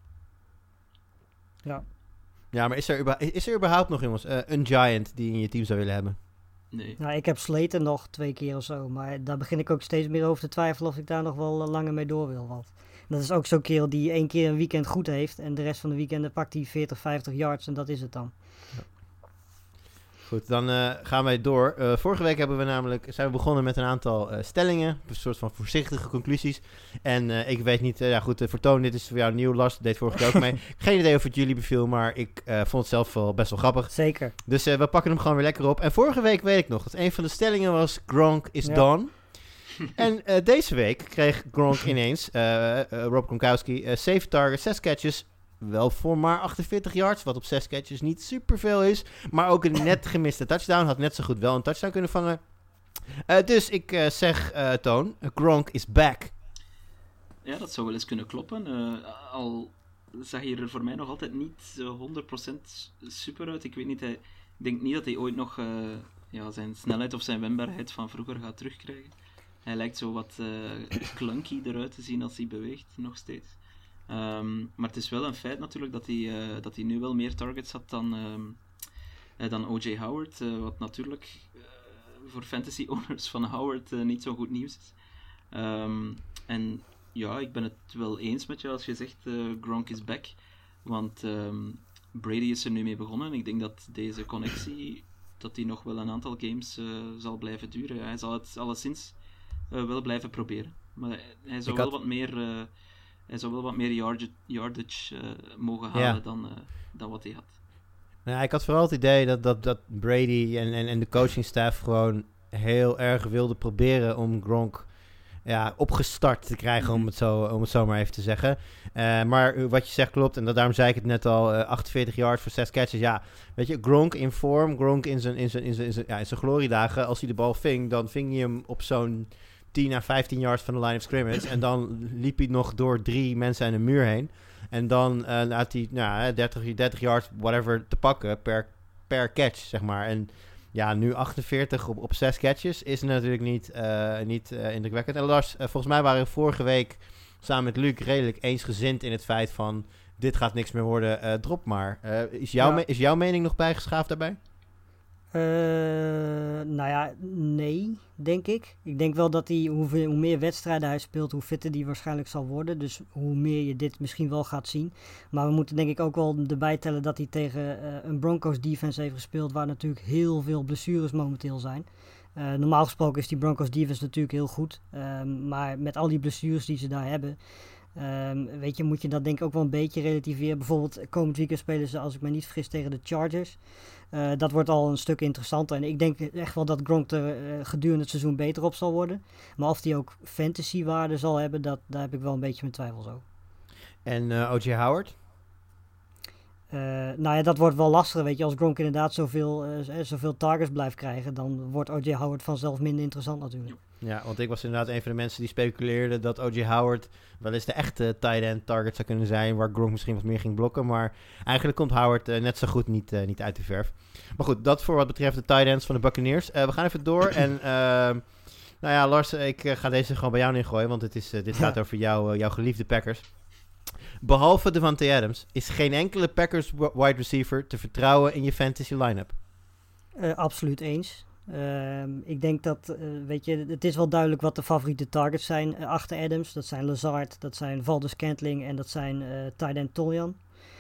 Ja. Ja, maar is er, uba- is er überhaupt nog, jongens, uh, een Giant die in je team zou willen hebben? Nee. Nou, ik heb Slater nog twee keer of zo. Maar daar begin ik ook steeds meer over te twijfelen of ik daar nog wel uh, langer mee door wil. Want dat is ook zo'n kerel die één keer een weekend goed heeft. En de rest van de weekenden pakt hij veertig, vijftig yards en dat is het dan. Ja. Goed, dan uh, gaan wij door. Uh, vorige week hebben we namelijk, zijn we begonnen met een aantal uh, stellingen. Een soort van voorzichtige conclusies. En uh, ik weet niet, uh, ja goed, uh, voor Toon, dit is voor jou nieuw. Lars deed vorige keer ook mee. Geen idee of het jullie beviel, maar ik uh, vond het zelf wel best wel grappig. Zeker. Dus uh, we pakken hem gewoon weer lekker op. En vorige week weet ik nog dat een van de stellingen was Gronk is ja. done. En uh, deze week kreeg Gronk ineens, uh, uh, Rob Gronkowski, uh, zeven targets, zes catches. Wel voor maar achtenveertig yards, wat op zes catches niet superveel is. Maar ook een net gemiste touchdown. Had net zo goed wel een touchdown kunnen vangen. Uh, dus ik uh, zeg, uh, Toon, Gronk is back. Ja, dat zou wel eens kunnen kloppen. Uh, al zag hij er voor mij nog altijd niet uh, honderd procent super uit. Ik weet niet, hij, ik denk niet dat hij ooit nog uh, ja, zijn snelheid of zijn wendbaarheid van vroeger gaat terugkrijgen. Hij lijkt zo wat uh, clunky eruit te zien als hij beweegt, nog steeds. Um, maar het is wel een feit natuurlijk dat hij, uh, dat hij nu wel meer targets had dan, um, uh, dan O J Howard. Uh, wat natuurlijk uh, voor fantasy owners van Howard uh, niet zo goed nieuws is. Um, en ja, ik ben het wel eens met jou als je zegt uh, Gronk is back. Want um, Brady is er nu mee begonnen. En ik denk dat deze connectie dat die nog wel een aantal games uh, zal blijven duren. Hij zal het alleszins uh, wel blijven proberen. Maar hij zou wel had... wat meer... Uh, hij zou wel wat meer yardage, yardage uh, mogen halen ja. dan, uh, dan wat hij had. Nou, ik had vooral het idee dat, dat, dat Brady en, en, en de coachingstaff gewoon heel erg wilden proberen om Gronk ja, opgestart te krijgen, mm-hmm. om, het zo, om het zo maar even te zeggen. Uh, maar wat je zegt klopt, en dat, daarom zei ik het net al, uh, achtenveertig yards voor zes catches. Ja, weet je, Gronk in vorm, Gronk in zijn, in zijn, in zijn, in zijn, ja, in zijn gloriedagen, als hij de bal ving, dan ving hij hem op zo'n tien à vijftien yards van de line of scrimmage. En dan liep hij nog door drie mensen en een muur heen. En dan uh, had hij nou, dertig, dertig yards, whatever, te pakken per, per catch, zeg maar. En ja, nu achtenveertig op, op zes catches is natuurlijk niet, uh, niet uh, indrukwekkend. En Lars, uh, volgens mij waren we vorige week samen met Luc redelijk eensgezind in het feit van dit gaat niks meer worden, uh, drop maar. Uh, is, jouw ja. me- is jouw mening nog bijgeschaafd daarbij? Uh, nou ja, nee, denk ik. Ik denk wel dat hij, hoe, hoe meer wedstrijden hij speelt, hoe fitter hij waarschijnlijk zal worden. Dus hoe meer je dit misschien wel gaat zien. Maar we moeten denk ik ook wel erbij tellen dat hij tegen uh, een Broncos defense heeft gespeeld, waar natuurlijk heel veel blessures momenteel zijn. Uh, normaal gesproken is die Broncos defense natuurlijk heel goed. Um, maar met al die blessures die ze daar hebben, Um, weet je, moet je dat denk ik ook wel een beetje relativeren. Bijvoorbeeld komend weekend spelen ze, als ik me niet vergis, tegen de Chargers. Uh, dat wordt al een stuk interessanter. En ik denk echt wel dat Gronk er uh, gedurende het seizoen beter op zal worden. Maar of die ook fantasy-waarde zal hebben, dat, daar heb ik wel een beetje mijn twijfels over. En uh, O J Howard? Uh, nou ja, dat wordt wel lastiger, weet je. Als Gronk inderdaad zoveel, uh, zoveel targets blijft krijgen, dan wordt O J Howard vanzelf minder interessant natuurlijk. Ja, want ik was inderdaad een van de mensen die speculeerden dat O J Howard wel eens de echte tight end target zou kunnen zijn, waar Gronk misschien wat meer ging blokken. Maar eigenlijk komt Howard uh, net zo goed niet, uh, niet uit de verf. Maar goed, dat voor wat betreft de tight ends van de Buccaneers. Uh, we gaan even door en uh, nou ja, Lars, ik uh, ga deze gewoon bij jou ingooien, want het is, uh, dit gaat over jou, uh, jouw geliefde Packers. Behalve Davante Adams is geen enkele Packers wide receiver te vertrouwen in je fantasy line-up. Uh, absoluut eens. Uh, ik denk dat, uh, weet je, het is wel duidelijk wat de favoriete targets zijn uh, achter Adams. Dat zijn Lazard, dat zijn Valdes-Scantling en dat zijn uh, tight end Toljan.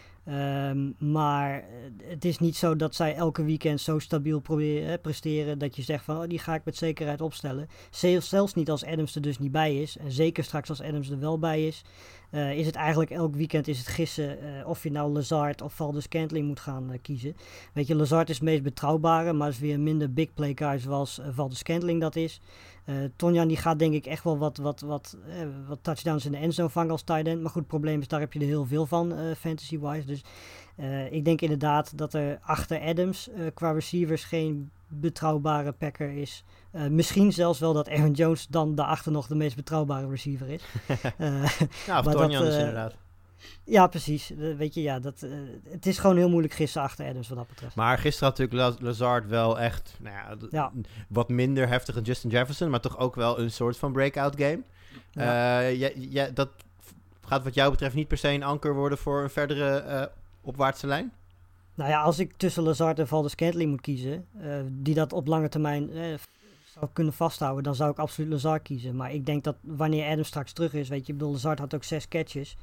Um, maar uh, het is niet zo dat zij elke weekend zo stabiel proberen, eh, presteren dat je zegt van, oh, die ga ik met zekerheid opstellen. Zelfs niet als Adams er dus niet bij is. En zeker straks als Adams er wel bij is. Uh, is het eigenlijk elk weekend is het gissen uh, of je nou Lazard of Valdes-Scantling moet gaan uh, kiezen. Weet je, Lazard is het meest betrouwbare, maar is weer een minder big play guy zoals uh, Valdes-Scantling dat is. Uh, Tonjan die gaat denk ik echt wel wat, wat, wat, uh, wat touchdowns in de endzone vangen als tight end. Maar goed, het probleem is, daar heb je er heel veel van uh, fantasy-wise. Dus uh, ik denk inderdaad dat er achter Adams uh, qua receivers geen betrouwbare Packer is. Uh, misschien zelfs wel dat Aaron Jones dan daarachter nog de meest betrouwbare receiver is. uh, ja, of Tonjan dus uh, inderdaad. Ja, precies. Uh, weet je, ja, dat, uh, het is gewoon heel moeilijk gissen achter Adams wat dat betreft. Maar gisteren had natuurlijk Lazard wel echt nou ja, d- ja. wat minder heftig dan Justin Jefferson, maar toch ook wel een soort van breakout game. Ja. Uh, ja, ja, dat gaat wat jou betreft niet per se een anker worden voor een verdere uh, opwaartse lijn? Nou ja, als ik tussen Lazard en Valdes-Scantling moet kiezen, uh, die dat op lange termijn uh, zou kunnen vasthouden, dan zou ik absoluut Lazard kiezen. Maar ik denk dat wanneer Adams straks terug is, weet je, ik bedoel, Lazard had ook zes catches.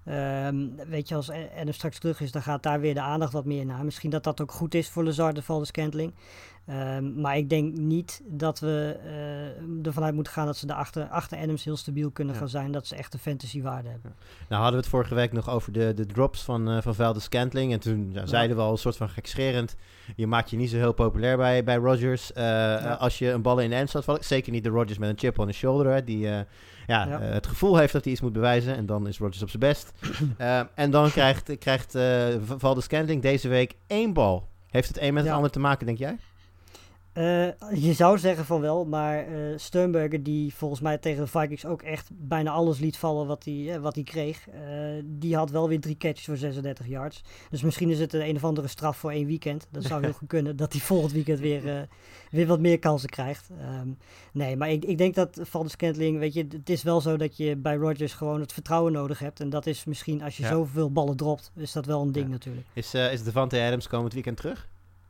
Um, weet je, als Adams straks terug is, dan gaat daar weer de aandacht wat meer naar. Misschien dat dat ook goed is voor Lazard en Valdes-Scantling. Um, maar ik denk niet dat we uh, ervan uit moeten gaan dat ze de achter, achter Adams heel stabiel kunnen ja. gaan zijn. Dat ze echt een fantasy waarde hebben. Ja. Nou hadden we het vorige week nog over de, de drops van, uh, van Valdes-Scantling. En toen ja, zeiden we al een soort van gekscherend. Je maakt je niet zo heel populair bij, bij Rodgers. Uh, ja. Als je een bal in de end staat vallen. Zeker niet de Rodgers met een chip on his shoulder. Hè, die uh, ja, ja. Uh, het gevoel heeft dat hij iets moet bewijzen. En dan is Rodgers op zijn best. uh, en dan krijgt, krijgt uh, Valdes-Scantling deze week één bal. Heeft het een met ja. het ander te maken, denk jij? Uh, je zou zeggen van wel, maar uh, Sternberger, die volgens mij tegen de Vikings ook echt bijna alles liet vallen wat hij uh, wat hij kreeg, uh, die had wel weer drie catches voor zesendertig yards. Dus misschien is het een, een of andere straf voor één weekend. Dat zou heel goed kunnen, dat hij volgend weekend weer, uh, weer wat meer kansen krijgt. Um, nee, maar ik, ik denk dat Valdes-Scantling, weet je, het is wel zo dat je bij Rodgers gewoon het vertrouwen nodig hebt. En dat is misschien, als je ja. zoveel ballen dropt, is dat wel een ding ja. natuurlijk. Is, uh, is Davante Adams komend weekend terug?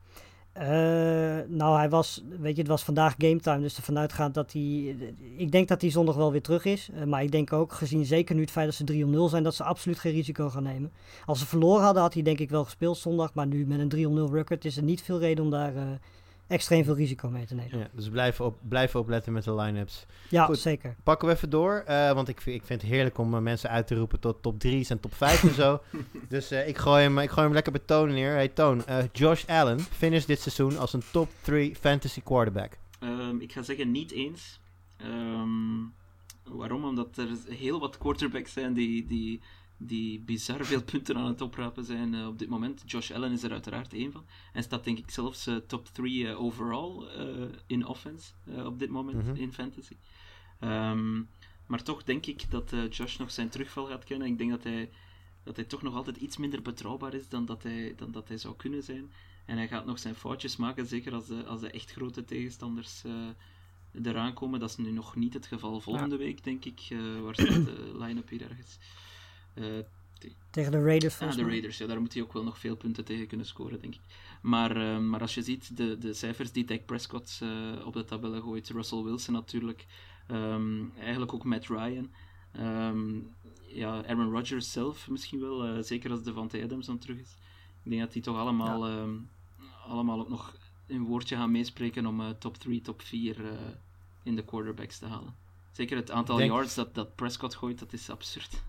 Uh, nou, hij was, weet je, het was vandaag gametime, dus ervan uitgaand dat hij, ik denk dat hij zondag wel weer terug is. Uh, maar ik denk ook, gezien zeker nu het feit dat ze drie nul zijn, dat ze absoluut geen risico gaan nemen. Als ze verloren hadden, had hij denk ik wel gespeeld zondag, maar nu met een drie nul record is er niet veel reden om daar uh, extreem veel risico mee te nemen. Ja, dus blijven, op, blijven opletten met de line-ups. Ja, Goed. zeker. Pakken we even door, uh, want ik, ik vind het heerlijk om uh, mensen uit te roepen tot top drie's en top vijf en zo. Dus uh, ik, gooi hem, ik gooi hem lekker bij Toon neer. Hey Toon, uh, Josh Allen finish dit seizoen als een top drie fantasy quarterback. Um, ik ga zeggen niet eens. Um, waarom? Omdat er heel wat quarterbacks zijn die, die, die bizar veel punten aan het oprapen zijn uh, op dit moment. Josh Allen is er uiteraard één van. En staat denk ik zelfs uh, top drie uh, overall uh, in offense uh, op dit moment mm-hmm. in fantasy. Um, maar toch denk ik dat uh, Josh nog zijn terugval gaat kennen. Ik denk dat hij, dat hij toch nog altijd iets minder betrouwbaar is dan dat hij, dan dat hij zou kunnen zijn. En hij gaat nog zijn foutjes maken, zeker als de, als de echt grote tegenstanders uh, eraan komen. Dat is nu nog niet het geval. Volgende ja. week, denk ik, uh, waar staat de line-up hier ergens? Uh, te- tegen de Raiders, Ah, volgens de mij. Raiders, ja, daar moet hij ook wel nog veel punten tegen kunnen scoren, denk ik. Maar, uh, maar als je ziet, de, de cijfers die Dak Prescott uh, op de tabellen gooit, Russell Wilson natuurlijk, um, eigenlijk ook Matt Ryan, um, ja, Aaron Rodgers zelf misschien wel, uh, zeker als Davante Adams dan terug is. Ik denk dat die toch allemaal, ja. um, allemaal ook nog een woordje gaan meespreken om uh, top drie, top vier uh, in de quarterbacks te halen. Zeker het aantal denk... yards dat, dat Prescott gooit, dat is absurd.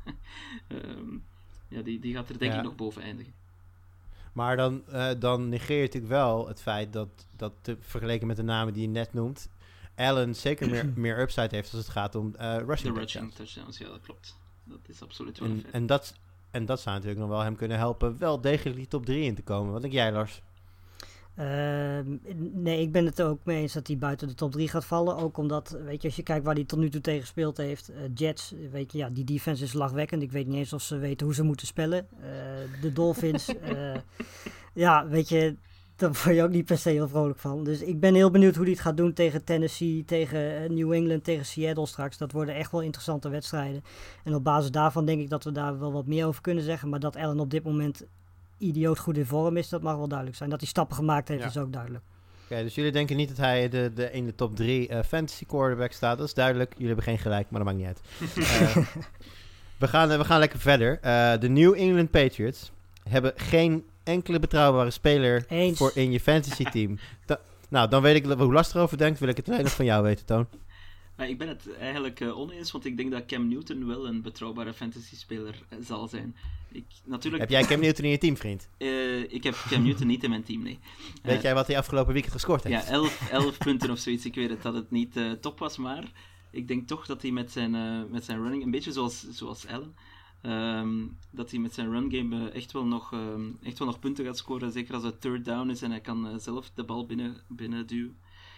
um, ja, die, die gaat er denk ja. ik nog boven eindigen. Maar dan, uh, dan negeer je natuurlijk wel het feit dat, dat te, vergeleken met de namen die je net noemt, Allen zeker meer, meer upside heeft als het gaat om uh, rushing de rushing touchdowns. touchdowns. Ja, dat klopt. Dat is absoluut wel en, een feit. En dat, en dat zou natuurlijk nog wel hem kunnen helpen wel degelijk die top drie in te komen. Wat denk jij, Lars? Uh, nee, ik ben het er ook mee eens dat hij buiten de top drie gaat vallen. Ook omdat, weet je, als je kijkt waar hij tot nu toe tegen gespeeld heeft. Uh, Jets, weet je, ja, die defense is lachwekkend. Ik weet niet eens of ze weten hoe ze moeten spellen. Uh, de Dolphins, uh, ja, weet je, daar word je ook niet per se heel vrolijk van. Dus ik ben heel benieuwd hoe hij het gaat doen tegen Tennessee, tegen New England, tegen Seattle straks. Dat worden echt wel interessante wedstrijden. En op basis daarvan denk ik dat we daar wel wat meer over kunnen zeggen. Maar dat Allen op dit moment idioot goed in vorm is, dat mag wel duidelijk zijn. Dat hij stappen gemaakt heeft, ja. is ook duidelijk. Oké, okay, dus jullie denken niet dat hij de, de, in de top drie uh, fantasy quarterback staat. Dat is duidelijk. Jullie hebben geen gelijk, maar dat maakt niet uit. uh, we, gaan, uh, we gaan lekker verder. Uh, de New England Patriots hebben geen enkele betrouwbare speler Eens. voor in je fantasy team. Da- nou, dan weet ik hoe Lars erover denkt. Wil ik het alleen nog van jou weten, Toon. Maar ik ben het eigenlijk uh, oneens, want ik denk dat Cam Newton wel een betrouwbare fantasy-speler uh, zal zijn. Ik, natuurlijk... Heb jij Cam Newton in je team, vriend? Uh, ik heb Cam Newton niet in mijn team, nee. Weet uh, jij wat hij afgelopen weekend gescoord heeft? Ja, elf, elf punten of zoiets. Ik weet het dat het niet uh, top was, maar ik denk toch dat hij met zijn, uh, met zijn running, een beetje zoals, zoals Allen, um, dat hij met zijn run game uh, echt, wel nog, um, echt wel nog punten gaat scoren. Zeker als het third down is en hij kan uh, zelf de bal binnen, binnen duwen.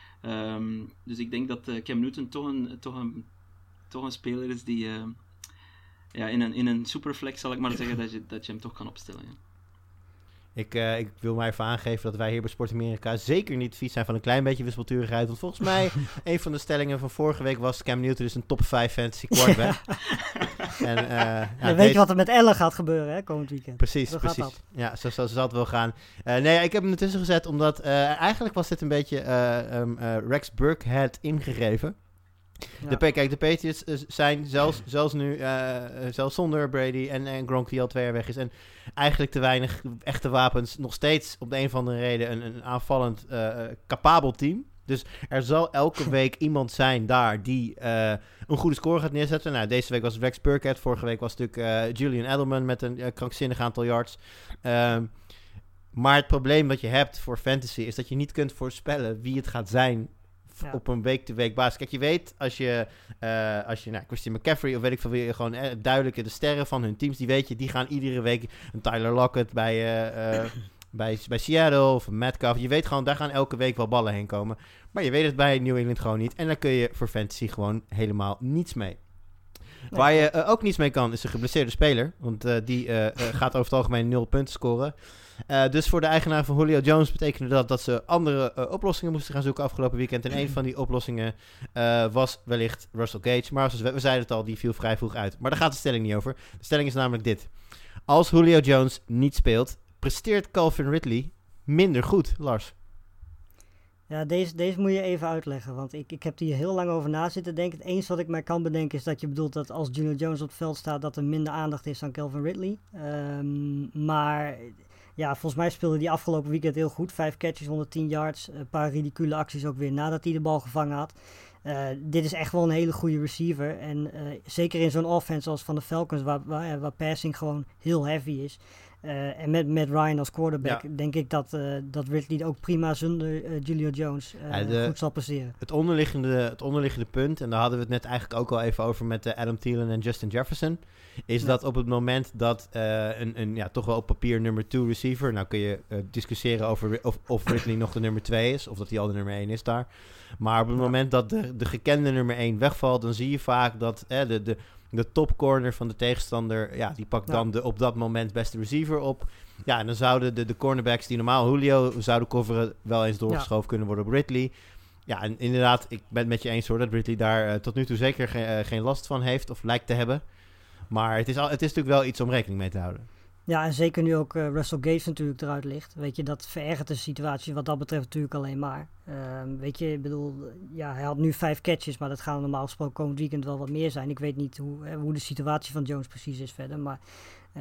Um, dus ik denk dat uh, Cam Newton toch een, toch een, toch een speler is die uh, ja, in, een, in een superflex, zal ik maar zeggen, dat je, dat je hem toch kan opstellen. Ja. Ik, uh, ik wil mij even aangeven dat wij hier bij Sport Amerika zeker niet vies zijn van een klein beetje wispelturigheid. Want volgens mij, een van de stellingen van vorige week was Cam Newton is een top vijf fantasy quarterback. en, uh, ja, en weet deze... je wat er met Ellen gaat gebeuren, hè, komend weekend? Precies, zo precies. Dat. Ja, zo, zo zal het wel gaan. Uh, nee, ik heb hem ertussen gezet omdat uh, eigenlijk was dit een beetje uh, um, uh, Rex Burkhead ingegeven. Ja. De, kijk, de Patriots uh, zijn zelfs, zelfs nu, uh, zelfs zonder Brady en, en Gronk die al twee jaar weg is. En eigenlijk te weinig echte wapens. Nog steeds op de een of andere reden een, een aanvallend uh, capabel team. Dus er zal elke week iemand zijn daar die uh, een goede score gaat neerzetten. Nou, deze week was het Rex Burkhead. Vorige week was het natuurlijk uh, Julian Edelman met een uh, krankzinnig aantal yards. Uh, maar het probleem wat je hebt voor fantasy is dat je niet kunt voorspellen wie het gaat zijn. Ja. Op een week-to-week basis. Kijk, je weet als je, uh, als je nou, Christian McCaffrey of weet ik veel wie, gewoon eh, duidelijk de sterren van hun teams, die weet je, die gaan iedere week een Tyler Lockett bij, uh, uh, bij, bij Seattle of een Metcalf. Je weet gewoon, daar gaan elke week wel ballen heen komen. Maar je weet het bij New England gewoon niet. En daar kun je voor fantasy gewoon helemaal niets mee. Nee. Waar je uh, ook niets mee kan, is een geblesseerde speler. Want uh, die uh, uh, gaat over het algemeen nul punten scoren. Uh, dus voor de eigenaar van Julio Jones betekende dat dat ze andere uh, oplossingen moesten gaan zoeken afgelopen weekend. En een van die oplossingen uh, was wellicht Russell Gage. Maar zoals we, we zeiden het al, die viel vrij vroeg uit. Maar daar gaat de stelling niet over. De stelling is namelijk dit. Als Julio Jones niet speelt, presteert Calvin Ridley minder goed, Lars. Ja, deze, deze moet je even uitleggen, want ik, ik heb hier heel lang over na zitten denken. Het enige wat ik mij kan bedenken is dat je bedoelt dat als Julio Jones op het veld staat, dat er minder aandacht is aan Calvin Ridley. Um, maar Ja, volgens mij speelde hij afgelopen weekend heel goed. Vijf catches, honderdtien yards. Een paar ridicule acties ook weer nadat hij de bal gevangen had. Uh, dit is echt wel een hele goede receiver. En uh, zeker in zo'n offense als van de Falcons, waar, waar, waar passing gewoon heel heavy is. Uh, en met, met Ryan als quarterback, ja. denk ik dat, uh, dat Ridley ook prima zonder uh, Julio Jones uh, ja, de, goed zal passeren. Het onderliggende, het onderliggende punt, en daar hadden we het net eigenlijk ook al even over met uh, Adam Thielen en Justin Jefferson, is ja. dat op het moment dat uh, een, een ja, toch wel op papier nummer twee receiver, nou kun je uh, discussiëren over of, of Ridley nog de nummer twee is, of dat hij al de nummer één is daar. Maar op het ja. moment dat de, de gekende nummer één wegvalt, dan zie je vaak dat eh, de, de, de topcorner van de tegenstander, ja, die pakt ja. dan de op dat moment beste receiver op. Ja, en dan zouden de, de cornerbacks die normaal Julio zouden coveren wel eens doorgeschoven ja. kunnen worden op Ridley. Ja, en inderdaad, ik ben het met je eens hoor, dat Ridley daar uh, tot nu toe zeker ge- uh, geen last van heeft, of lijkt te hebben. Maar het is, al, het is natuurlijk wel iets om rekening mee te houden. Ja, en zeker nu ook uh, Russell Gage natuurlijk eruit ligt. Weet je, dat verergert de situatie wat dat betreft natuurlijk alleen maar. Uh, weet je, ik bedoel, ja, hij had nu vijf catches, maar dat gaan normaal gesproken komend weekend wel wat meer zijn. Ik weet niet hoe, hè, hoe de situatie van Jones precies is verder, maar uh,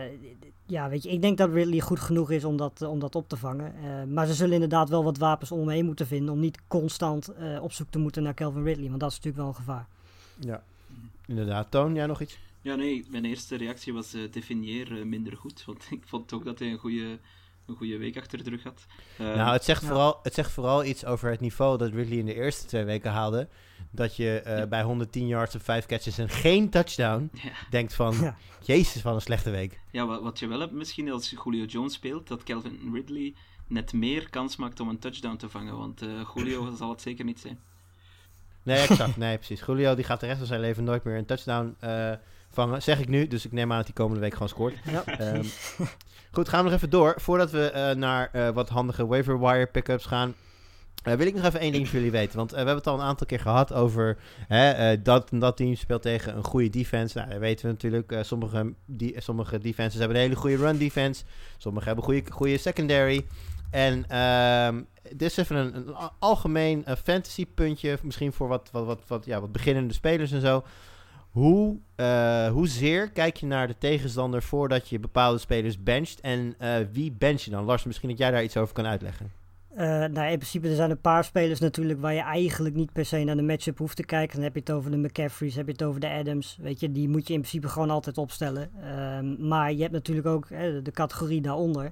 ja, weet je, ik denk dat Ridley goed genoeg is om dat, uh, om dat op te vangen. Uh, maar ze zullen inderdaad wel wat wapens om hem heen moeten vinden om niet constant uh, op zoek te moeten naar Calvin Ridley, want dat is natuurlijk wel een gevaar. Ja, inderdaad. Toon, jij nog iets? Ja, nee, mijn eerste reactie was uh, definieer uh, minder goed, want ik vond ook dat hij een goede, een goede week achter de rug had. Uh, nou, het zegt, ja. vooral, het zegt vooral iets over het niveau dat Ridley in de eerste twee weken haalde. Dat je uh, ja. bij honderdtien yards op vijf catches en geen touchdown ja. denkt van, ja. jezus, wat een slechte week. Ja, wat, wat je wel hebt misschien als Julio Jones speelt, dat Calvin Ridley net meer kans maakt om een touchdown te vangen, want uh, Julio zal het zeker niet zijn. Nee, exact. Nee, precies. Julio die gaat de rest van zijn leven nooit meer een touchdown uh, vangen, zeg ik nu. Dus ik neem aan dat hij komende week gewoon scoort. Ja. Um, goed, gaan we nog even door. Voordat we uh, naar uh, wat handige waiver wire pick-ups gaan, uh, wil ik nog even één ding van jullie weten. Want uh, we hebben het al een aantal keer gehad over hè, uh, dat en dat team speelt tegen een goede defense. Nou, dat weten we natuurlijk. Uh, sommige, die, sommige defenses hebben een hele goede run defense. Sommige hebben een goede, goede secondary. En uh, dit is even een, een algemeen uh, fantasy puntje, misschien voor wat, wat, wat, wat, ja, wat beginnende spelers en zo. Hoe, uh, hoezeer kijk je naar de tegenstander voordat je bepaalde spelers bencht en uh, wie bench je dan? Lars, misschien dat jij daar iets over kan uitleggen. Uh, nou, in principe er zijn een paar spelers natuurlijk waar je eigenlijk niet per se naar de matchup hoeft te kijken. Dan heb je het over de McCaffrey's, heb je het over de Adams. Weet je, die moet je in principe gewoon altijd opstellen. Uh, maar je hebt natuurlijk ook uh, de categorie daaronder.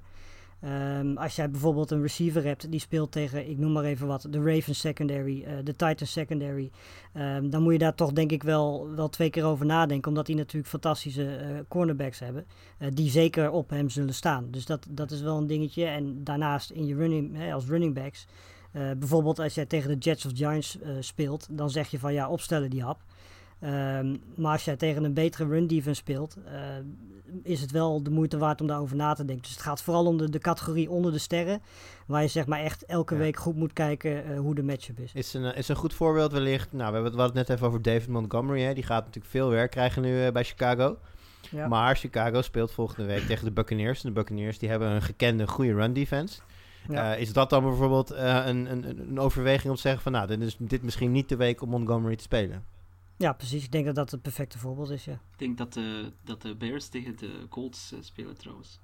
Um, als jij bijvoorbeeld een receiver hebt die speelt tegen, ik noem maar even wat, de Ravens secondary, uh, de Titans secondary, um, dan moet je daar toch denk ik wel, wel twee keer over nadenken, omdat die natuurlijk fantastische uh, cornerbacks hebben, uh, die zeker op hem zullen staan. Dus dat, dat is wel een dingetje. En daarnaast in je running, hè, als running backs, uh, bijvoorbeeld als jij tegen de Jets of Giants uh, speelt, dan zeg je van ja, opstellen die hap. Um, maar als jij tegen een betere run defense speelt, uh, is het wel de moeite waard om daarover na te denken. Dus het gaat vooral om de, de categorie onder de sterren, waar je zeg maar echt elke ja. week goed moet kijken uh, hoe de matchup is. Is een, is een goed voorbeeld wellicht. Nou, we hebben het net even over David Montgomery. Hè. Die gaat natuurlijk veel werk krijgen nu uh, bij Chicago. Ja. Maar Chicago speelt volgende week tegen de Buccaneers. En de Buccaneers die hebben een gekende goede run defense. Ja. Uh, is dat dan bijvoorbeeld uh, een, een, een overweging om te zeggen van nou, dit is dit misschien niet de week om Montgomery te spelen? Ja, precies. Ik denk dat dat het perfecte voorbeeld is, ja. Ik denk dat de, dat de Bears tegen de Colts uh, spelen trouwens.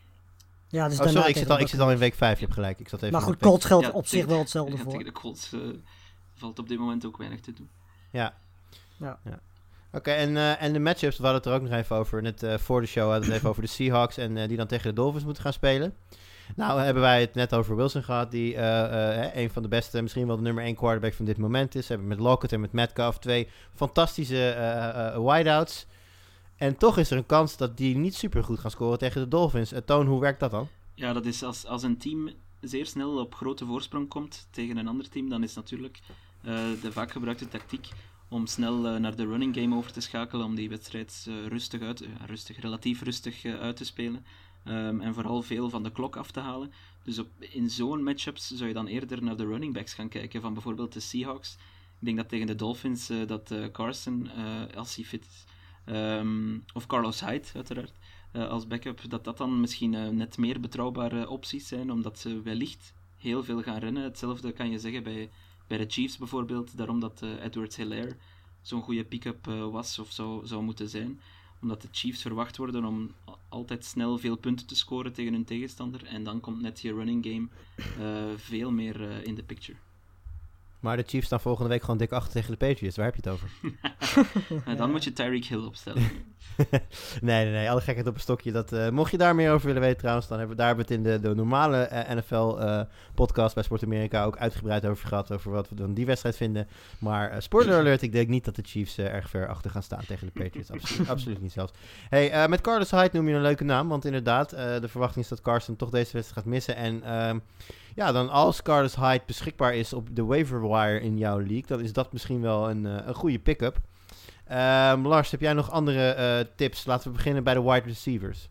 Ja, dus oh, sorry, ik zit, al, ik zit al in week vijf, je hebt gelijk. Ik zat even maar goed, Colts geldt ja, op tegen, zich wel hetzelfde ja, voor. Tegen de Colts uh, valt op dit moment ook weinig te doen. Ja. ja. ja. Oké, okay, en, uh, en de matchups, we hadden het er ook nog even over. Net uh, voor de show hadden we het even over de Seahawks en uh, die dan tegen de Dolphins moeten gaan spelen. Nou, hebben wij het net over Wilson gehad, die uh, uh, een van de beste, misschien wel de nummer één quarterback van dit moment is. We hebben met Lockett en met Metcalf twee fantastische uh, uh, wideouts. En toch is er een kans dat die niet super goed gaan scoren tegen de Dolphins. Uh, Toon, hoe werkt dat dan? Ja, dat is als, als een team zeer snel op grote voorsprong komt tegen een ander team, dan is natuurlijk uh, de vaak gebruikte tactiek om snel uh, naar de running game over te schakelen, om die wedstrijd uh, rustig uit, uh, rustig, relatief rustig uh, uit te spelen. Um, en vooral veel van de klok af te halen. Dus op, in zo'n matchups zou je dan eerder naar de running backs gaan kijken van bijvoorbeeld de Seahawks. Ik denk dat tegen de Dolphins uh, dat uh, Carson, uh, als hij fit is, um, of Carlos Hyde uiteraard, uh, als backup, dat dat dan misschien uh, net meer betrouwbare opties zijn, omdat ze wellicht heel veel gaan rennen. Hetzelfde kan je zeggen bij, bij de Chiefs bijvoorbeeld, daarom dat uh, Edwards-Helaire zo'n goede pick-up uh, was of zou, zou moeten zijn. omdat de Chiefs verwacht worden om altijd snel veel punten te scoren tegen hun tegenstander. En dan komt net je running game uh, veel meer uh, in de picture. Maar de Chiefs staan volgende week gewoon dik achter tegen de Patriots. Waar heb je het over? En dan moet je Tyreek Hill opstellen. nee, nee, nee. Alle gekheid op een stokje. Dat, uh, mocht je daar meer over willen weten trouwens, dan hebben we daar hebben we het in de, de normale uh, N F L-podcast uh, bij Sport Amerika ook uitgebreid over gehad. Over wat we van die wedstrijd vinden. Maar uh, spoiler alert, ik denk niet dat de Chiefs uh, erg ver achter gaan staan tegen de Patriots. Absoluut, absoluut niet zelfs. Hey, uh, met Carlos Hyde noem je een leuke naam. Want inderdaad, uh, de verwachting is dat Carson toch deze wedstrijd gaat missen. En... Uh, Ja, dan als Carlos Hyde beschikbaar is op de waiver wire in jouw league, dan is dat misschien wel een, uh, een goede pick-up. Um, Lars, heb jij nog andere uh, tips? Laten we beginnen bij de wide receivers.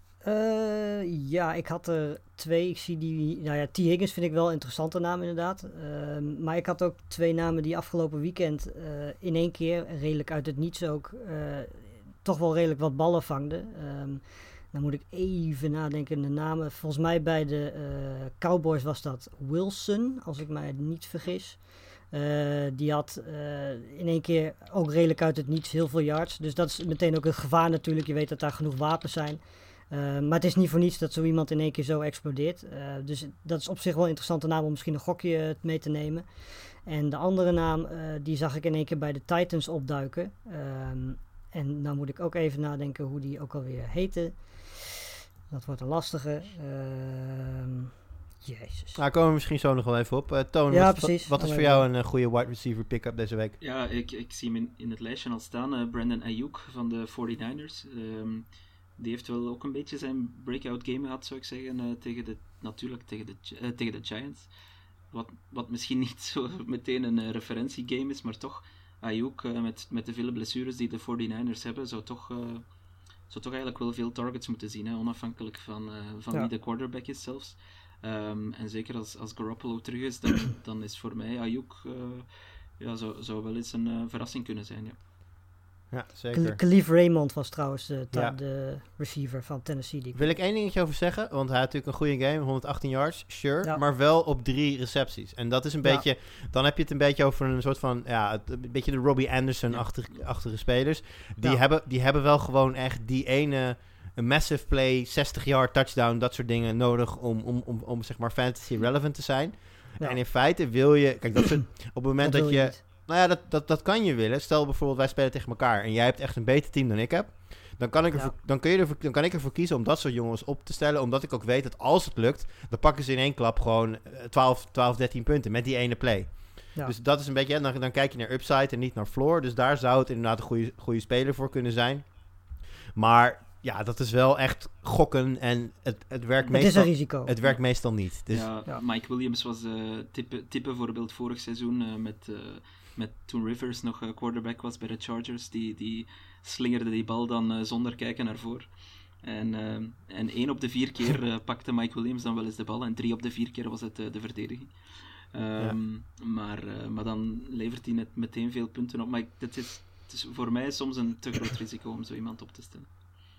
Uh, ja, ik had er twee. Ik zie die... Nou ja, T. Higgins vind ik wel een interessante naam inderdaad. Uh, maar ik had ook twee namen die afgelopen weekend uh, in één keer, redelijk uit het niets ook, uh, toch wel redelijk wat ballen vangden. Um, Dan moet ik even nadenken de namen. Volgens mij bij de uh, Cowboys was dat Wilson, als ik mij niet vergis. Uh, die had uh, in één keer ook redelijk uit het niets heel veel yards. Dus dat is meteen ook het gevaar natuurlijk. Je weet dat daar genoeg wapens zijn. Uh, maar het is niet voor niets dat zo iemand in één keer zo explodeert. Uh, dus dat is op zich wel een interessante naam om misschien een gokje mee te nemen. En de andere naam, uh, die zag ik in één keer bij de Titans opduiken. Um, en nou moet ik ook even nadenken hoe die ook alweer heette. Dat wordt een lastige. Uh, Jezus. Nou, komen we misschien zo nog wel even op. Uh, Toon, ja, wat, wat, wat is voor jou een uh, goede wide receiver pick-up deze week? Ja, ik, ik zie hem in, in het lijstje al staan. Uh, Brandon Ayuk van de forty-niners. Um, die heeft wel ook een beetje zijn breakout game gehad, zou ik zeggen. Uh, tegen de, natuurlijk tegen de, uh, tegen de Giants. Wat, wat misschien niet zo meteen een uh, referentiegame is, maar toch. Ayuk uh, met, met de vele blessures die de forty-niners hebben, zou toch... Uh, zou toch eigenlijk wel veel targets moeten zien, hè? Onafhankelijk van, uh, van ja. wie de quarterback is zelfs. Um, en zeker als, als Garoppolo terug is, dan, dan is voor mij Ayuk uh, ja, zou, zou wel eens een uh, verrassing kunnen zijn. Ja, ja zeker. Khalif Raymond was trouwens de, ta- ja. de receiver van Tennessee. Die wil ik één dingetje over zeggen, want hij had natuurlijk een goede game, honderdachttien yards, sure, ja. maar wel op drie recepties. En dat is een beetje, ja. dan heb je het een beetje over een soort van, ja, een beetje de Robbie Anderson-achtige ja. spelers. Die, ja. hebben, die hebben wel gewoon echt die ene... een massive play, zestig yard touchdown, dat soort dingen nodig om, om, om, om zeg maar fantasy relevant te zijn. Ja. En in feite wil je, kijk, dat soort, op het moment dat, dat je, je nou ja, dat, dat, dat kan je willen. Stel bijvoorbeeld, wij spelen tegen elkaar en jij hebt echt een beter team dan ik heb. Dan kan ik, ervoor, ja. dan, kun je ervoor, dan kan ik ervoor kiezen om dat soort jongens op te stellen, omdat ik ook weet dat als het lukt, dan pakken ze in één klap gewoon twaalf, twaalf, dertien punten met die ene play. Ja. Dus dat is een beetje, dan, dan kijk je naar upside en niet naar floor. Dus daar zou het inderdaad een goede, goede speler voor kunnen zijn. Maar ja, dat is wel echt gokken en het, het werkt het meestal... is een risico. Het werkt meestal niet. Dus ja, ja. Mike Williams was uh, type, type voorbeeld vorig seizoen uh, met, uh, met toen Rivers nog uh, quarterback was bij de Chargers. Die, die slingerde die bal dan uh, zonder kijken naar voor. En, uh, en één op de vier keer uh, pakte Mike Williams dan wel eens de bal en drie op de vier keer was het uh, de verdediging. Um, ja. maar, uh, maar dan levert hij net meteen veel punten op. Maar het is, het is voor mij soms een te groot risico om zo iemand op te stellen.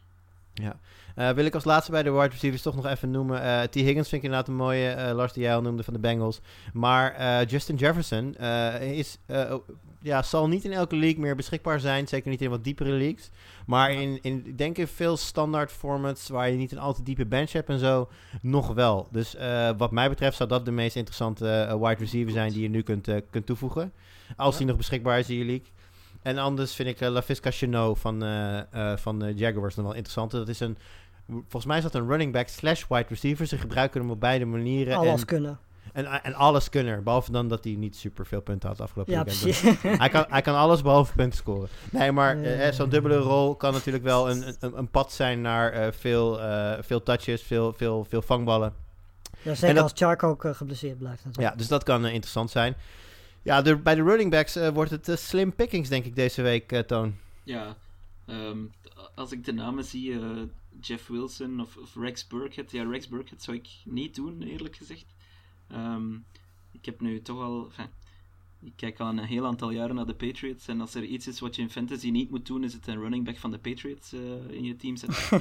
Ja, uh, wil ik als laatste bij de wide receivers toch nog even noemen. Uh, T. Higgins vind ik inderdaad een mooie, uh, Lars die jij al noemde van de Bengals. Maar uh, Justin Jefferson uh, is, uh, ja, zal niet in elke league meer beschikbaar zijn. Zeker niet in wat diepere leagues. Maar in, in ik denk in veel standaard formats waar je niet een al te diepe bench hebt en zo, nog wel. Dus uh, wat mij betreft zou dat de meest interessante uh, wide receiver zijn die je nu kunt, uh, kunt toevoegen. Als ja. die nog beschikbaar is in je league. En anders vind ik uh, Laviska Shenault van, uh, uh, van de Jaguars nog wel interessant. Dat is een, volgens mij is dat een running back slash wide receiver. Ze gebruiken hem op beide manieren. Alles en, kunnen. En, en alles kunnen. Behalve dan dat hij niet super veel punten had afgelopen ja, weekend. Dus hij, kan, hij kan alles behalve punten scoren. Nee, maar uh, zo'n dubbele rol kan natuurlijk wel een, een, een pad zijn naar uh, veel, uh, veel touches, veel, veel, veel vangballen. Ja, zeker dat, als Chark ook uh, geblesseerd blijft. Natuurlijk. Ja, dus dat kan uh, interessant zijn. Ja, de, bij de running backs uh, wordt het uh, slim pickings, denk ik, deze week, uh, Toon. Ja, um, als ik de namen zie, uh, Jeff Wilson of, of Rex Burkhead. Ja, Rex Burkhead zou ik niet doen, eerlijk gezegd. Um, ik heb nu toch al... Enfin, ik kijk al een heel aantal jaren naar de Patriots. En als er iets is wat je in fantasy niet moet doen, is het een running back van de Patriots uh, in je team zetten.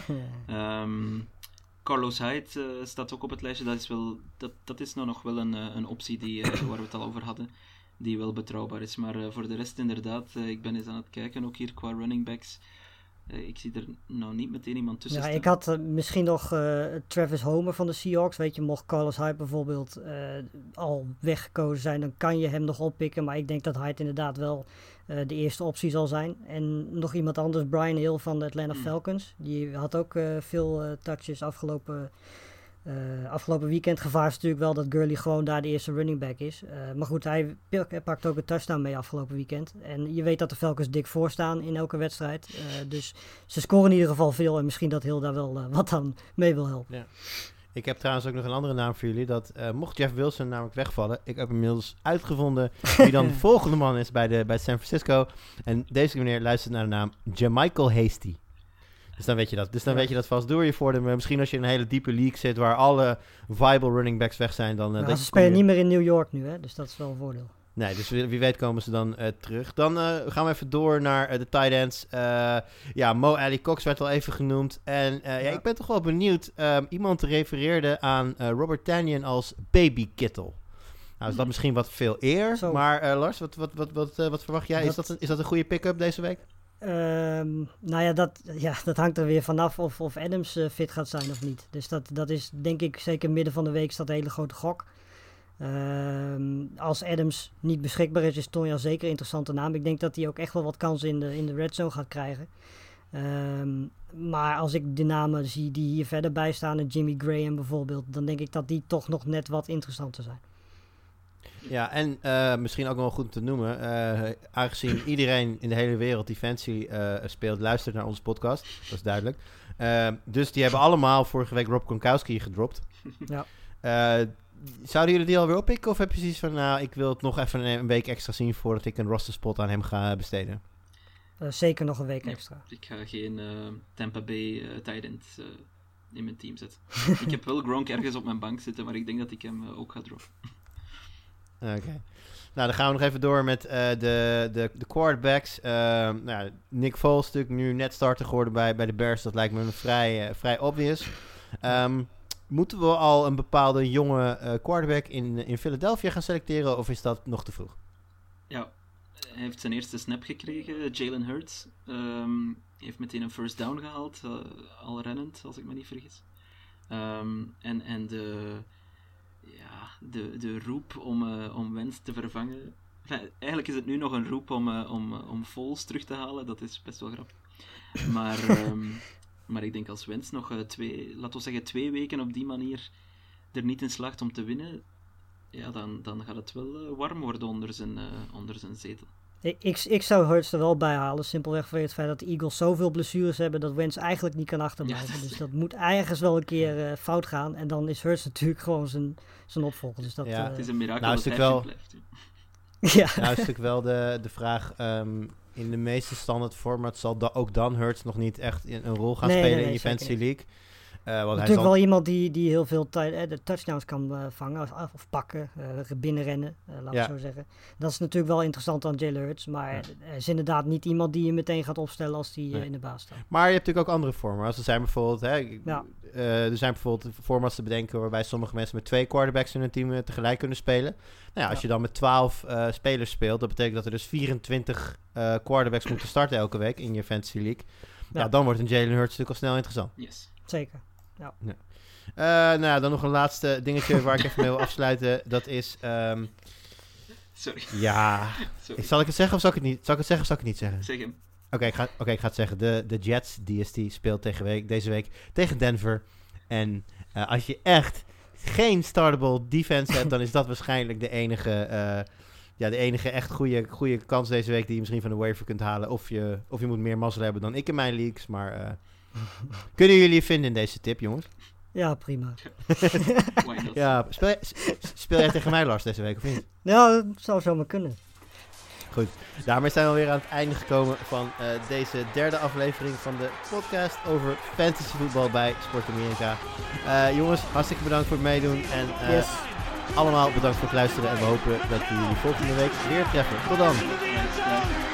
um, Carlos Hyde uh, staat ook op het lijstje. Dat is, wel, dat, dat is nou nog wel een, uh, een optie die, uh, waar we het al over hadden. Die wel betrouwbaar is. Maar uh, voor de rest inderdaad, uh, ik ben eens aan het kijken, ook hier qua running backs. Uh, ik zie er nou niet meteen iemand tussen Ja, staan. ik had uh, misschien nog uh, Travis Homer van de Seahawks. Weet je, mocht Carlos Hyde bijvoorbeeld uh, al weggekozen zijn, dan kan je hem nog oppikken. Maar ik denk dat Hyde inderdaad wel uh, de eerste optie zal zijn. En nog iemand anders, Brian Hill van de Atlanta mm. Falcons. Die had ook uh, veel uh, touches afgelopen, uh, afgelopen weekend. Gevaar is natuurlijk wel dat Gurley gewoon daar de eerste running back is. Uh, maar goed, hij, hij pakt ook een touchdown mee afgelopen weekend. En je weet dat de Falcons dik voor staan in elke wedstrijd. Uh, dus ze scoren in ieder geval veel. En misschien dat Hill daar wel uh, wat aan mee wil helpen. Ja. Ik heb trouwens ook nog een andere naam voor jullie. Dat uh, mocht Jeff Wilson namelijk wegvallen. Ik heb inmiddels uitgevonden wie dan de volgende man is bij, de, bij San Francisco. En deze meneer luistert naar de naam Jamichael Hasty. Dus dan weet je dat. Dus dan ja. weet je dat vast. Doe je voor de, misschien als je in een hele diepe league zit waar alle viable running backs weg zijn. Dan, uh, ja, dat ze spelen je... niet meer in New York nu, hè? Dus dat is wel een voordeel. Nee, dus wie, wie weet komen ze dan uh, terug. Dan uh, gaan we even door naar uh, de tight ends. Uh, ja, Mo Alie-Cox werd al even genoemd. En uh, ja. ja, ik ben toch wel benieuwd. Um, iemand refereerde aan uh, Robert Tonyan als Baby Kittle. Nou, is dat misschien wat veel eer. Zo. Maar uh, Lars, wat, wat, wat, wat, uh, wat verwacht jij? Dat... Is, dat een, is dat een goede pick-up deze week? Um, nou ja dat, ja, dat hangt er weer vanaf of, of Adams uh, fit gaat zijn of niet. Dus dat, dat is denk ik zeker midden van de week staat een hele grote gok. Um, als Adams niet beschikbaar is, is Tonyan zeker een interessante naam. Ik denk dat hij ook echt wel wat kansen in de, in de red zone gaat krijgen. Um, maar als ik de namen zie die hier verder bij staan, Jimmy Graham bijvoorbeeld, dan denk ik dat die toch nog net wat interessanter zijn. Ja, en uh, misschien ook wel goed te noemen, uh, aangezien iedereen in de hele wereld die fantasy uh, speelt, luistert naar onze podcast, dat is duidelijk. Uh, dus die hebben allemaal vorige week Rob Gronkowski gedropt. Ja. Uh, Zouden jullie die alweer oppikken? Of heb je zoiets van, nou, ik wil het nog even een, een week extra zien voordat ik een roster spot aan hem ga besteden? Uh, zeker nog een week ja, extra. Ik ga geen uh, Tampa Bay uh, tight end uh, in mijn team zetten. Ik heb wel Gronk ergens op mijn bank zitten, maar ik denk dat ik hem uh, ook ga droppen. Oké. Okay. Nou, dan gaan we nog even door met uh, de, de, de quarterbacks. Uh, nou, Nick Foles natuurlijk nu net starter geworden bij, bij de Bears. Dat lijkt me vrij, uh, vrij obvious. Um, Moeten we al een bepaalde jonge uh, quarterback in, in Philadelphia gaan selecteren, of is dat nog te vroeg? Ja, hij heeft zijn eerste snap gekregen, Jalen Hurts. Um, heeft meteen een first down gehaald, uh, al rennend, als ik me niet vergis. Um, en en de, ja, de, de roep om, uh, om Wentz te vervangen... Enfin, eigenlijk is het nu nog een roep om, uh, om, uh, om Foles terug te halen, dat is best wel grappig. Maar... Um, Maar ik denk als Wentz nog uh, twee, laten we zeggen twee weken op die manier er niet in slaagt om te winnen, ja, dan, dan gaat het wel uh, warm worden onder zijn, uh, onder zijn zetel. Ik, ik, ik zou Hurts er wel bij halen, simpelweg vanwege het feit dat de Eagles zoveel blessures hebben dat Wentz eigenlijk niet kan achterblijven. Ja, dat dus dat moet ergens wel een keer uh, fout gaan en dan is Hurts natuurlijk gewoon zijn, zijn opvolger. Dus dat, ja, uh, het is een mirakel nou, dat hij wel... blijft. Ja. Ja. Nou is natuurlijk wel de, de vraag... Um, in de meeste standaard formats zal da- ook dan Hurts nog niet echt een rol gaan nee, spelen nee, nee, in je fantasy league. Uh, want natuurlijk hij zal... wel iemand die, die heel veel t- eh, de touchdowns kan uh, vangen of, of pakken, uh, binnenrennen, uh, laat ik ja. zo zeggen. Dat is natuurlijk wel interessant aan Jalen Hurts, maar ja. er is inderdaad niet iemand die je meteen gaat opstellen als die nee. uh, in de baas staat. Maar je hebt natuurlijk ook andere formats. Er zijn bijvoorbeeld, hè, ja. uh, er zijn bijvoorbeeld formats te bedenken waarbij sommige mensen met twee quarterbacks in hun team uh, tegelijk kunnen spelen. Nou ja, als ja. je dan met twaalf uh, spelers speelt, dat betekent dat er dus vierentwintig uh, quarterbacks moeten starten elke week in je fantasy league. Ja. Nou, dan wordt een Jalen Hurts natuurlijk al snel interessant. Yes. Zeker. Ja. ja. Uh, nou, dan nog een laatste dingetje waar ik even mee wil afsluiten. Dat is... Um, Sorry. Ja. Sorry. Zal ik het zeggen of zal ik het niet, zal ik het zeggen of zal ik het niet zeggen? Zeg hem. Oké, okay, ik, ga, okay, ik ga het zeggen. De, de Jets, D S T, speelt tegen week, deze week tegen Denver. En uh, als je echt geen startable defense hebt, dan is dat waarschijnlijk de enige... Uh, Ja, de enige echt goede, goede kans deze week die je misschien van de waiver kunt halen. Of je, of je moet meer mazzel hebben dan ik in mijn leagues. Maar uh, kunnen jullie vinden in deze tip, jongens? Ja, prima. ja, speel, jij, speel jij tegen mij, Lars, deze week of niet? Ja, dat zou zomaar kunnen. Goed, daarmee zijn we alweer aan het einde gekomen van uh, deze derde aflevering van de podcast over fantasy voetbal bij Sport Amerika. Uh, jongens, hartstikke bedankt voor het meedoen. En uh, yes. allemaal bedankt voor het luisteren. En we hopen dat we jullie volgende week weer treffen. Tot dan!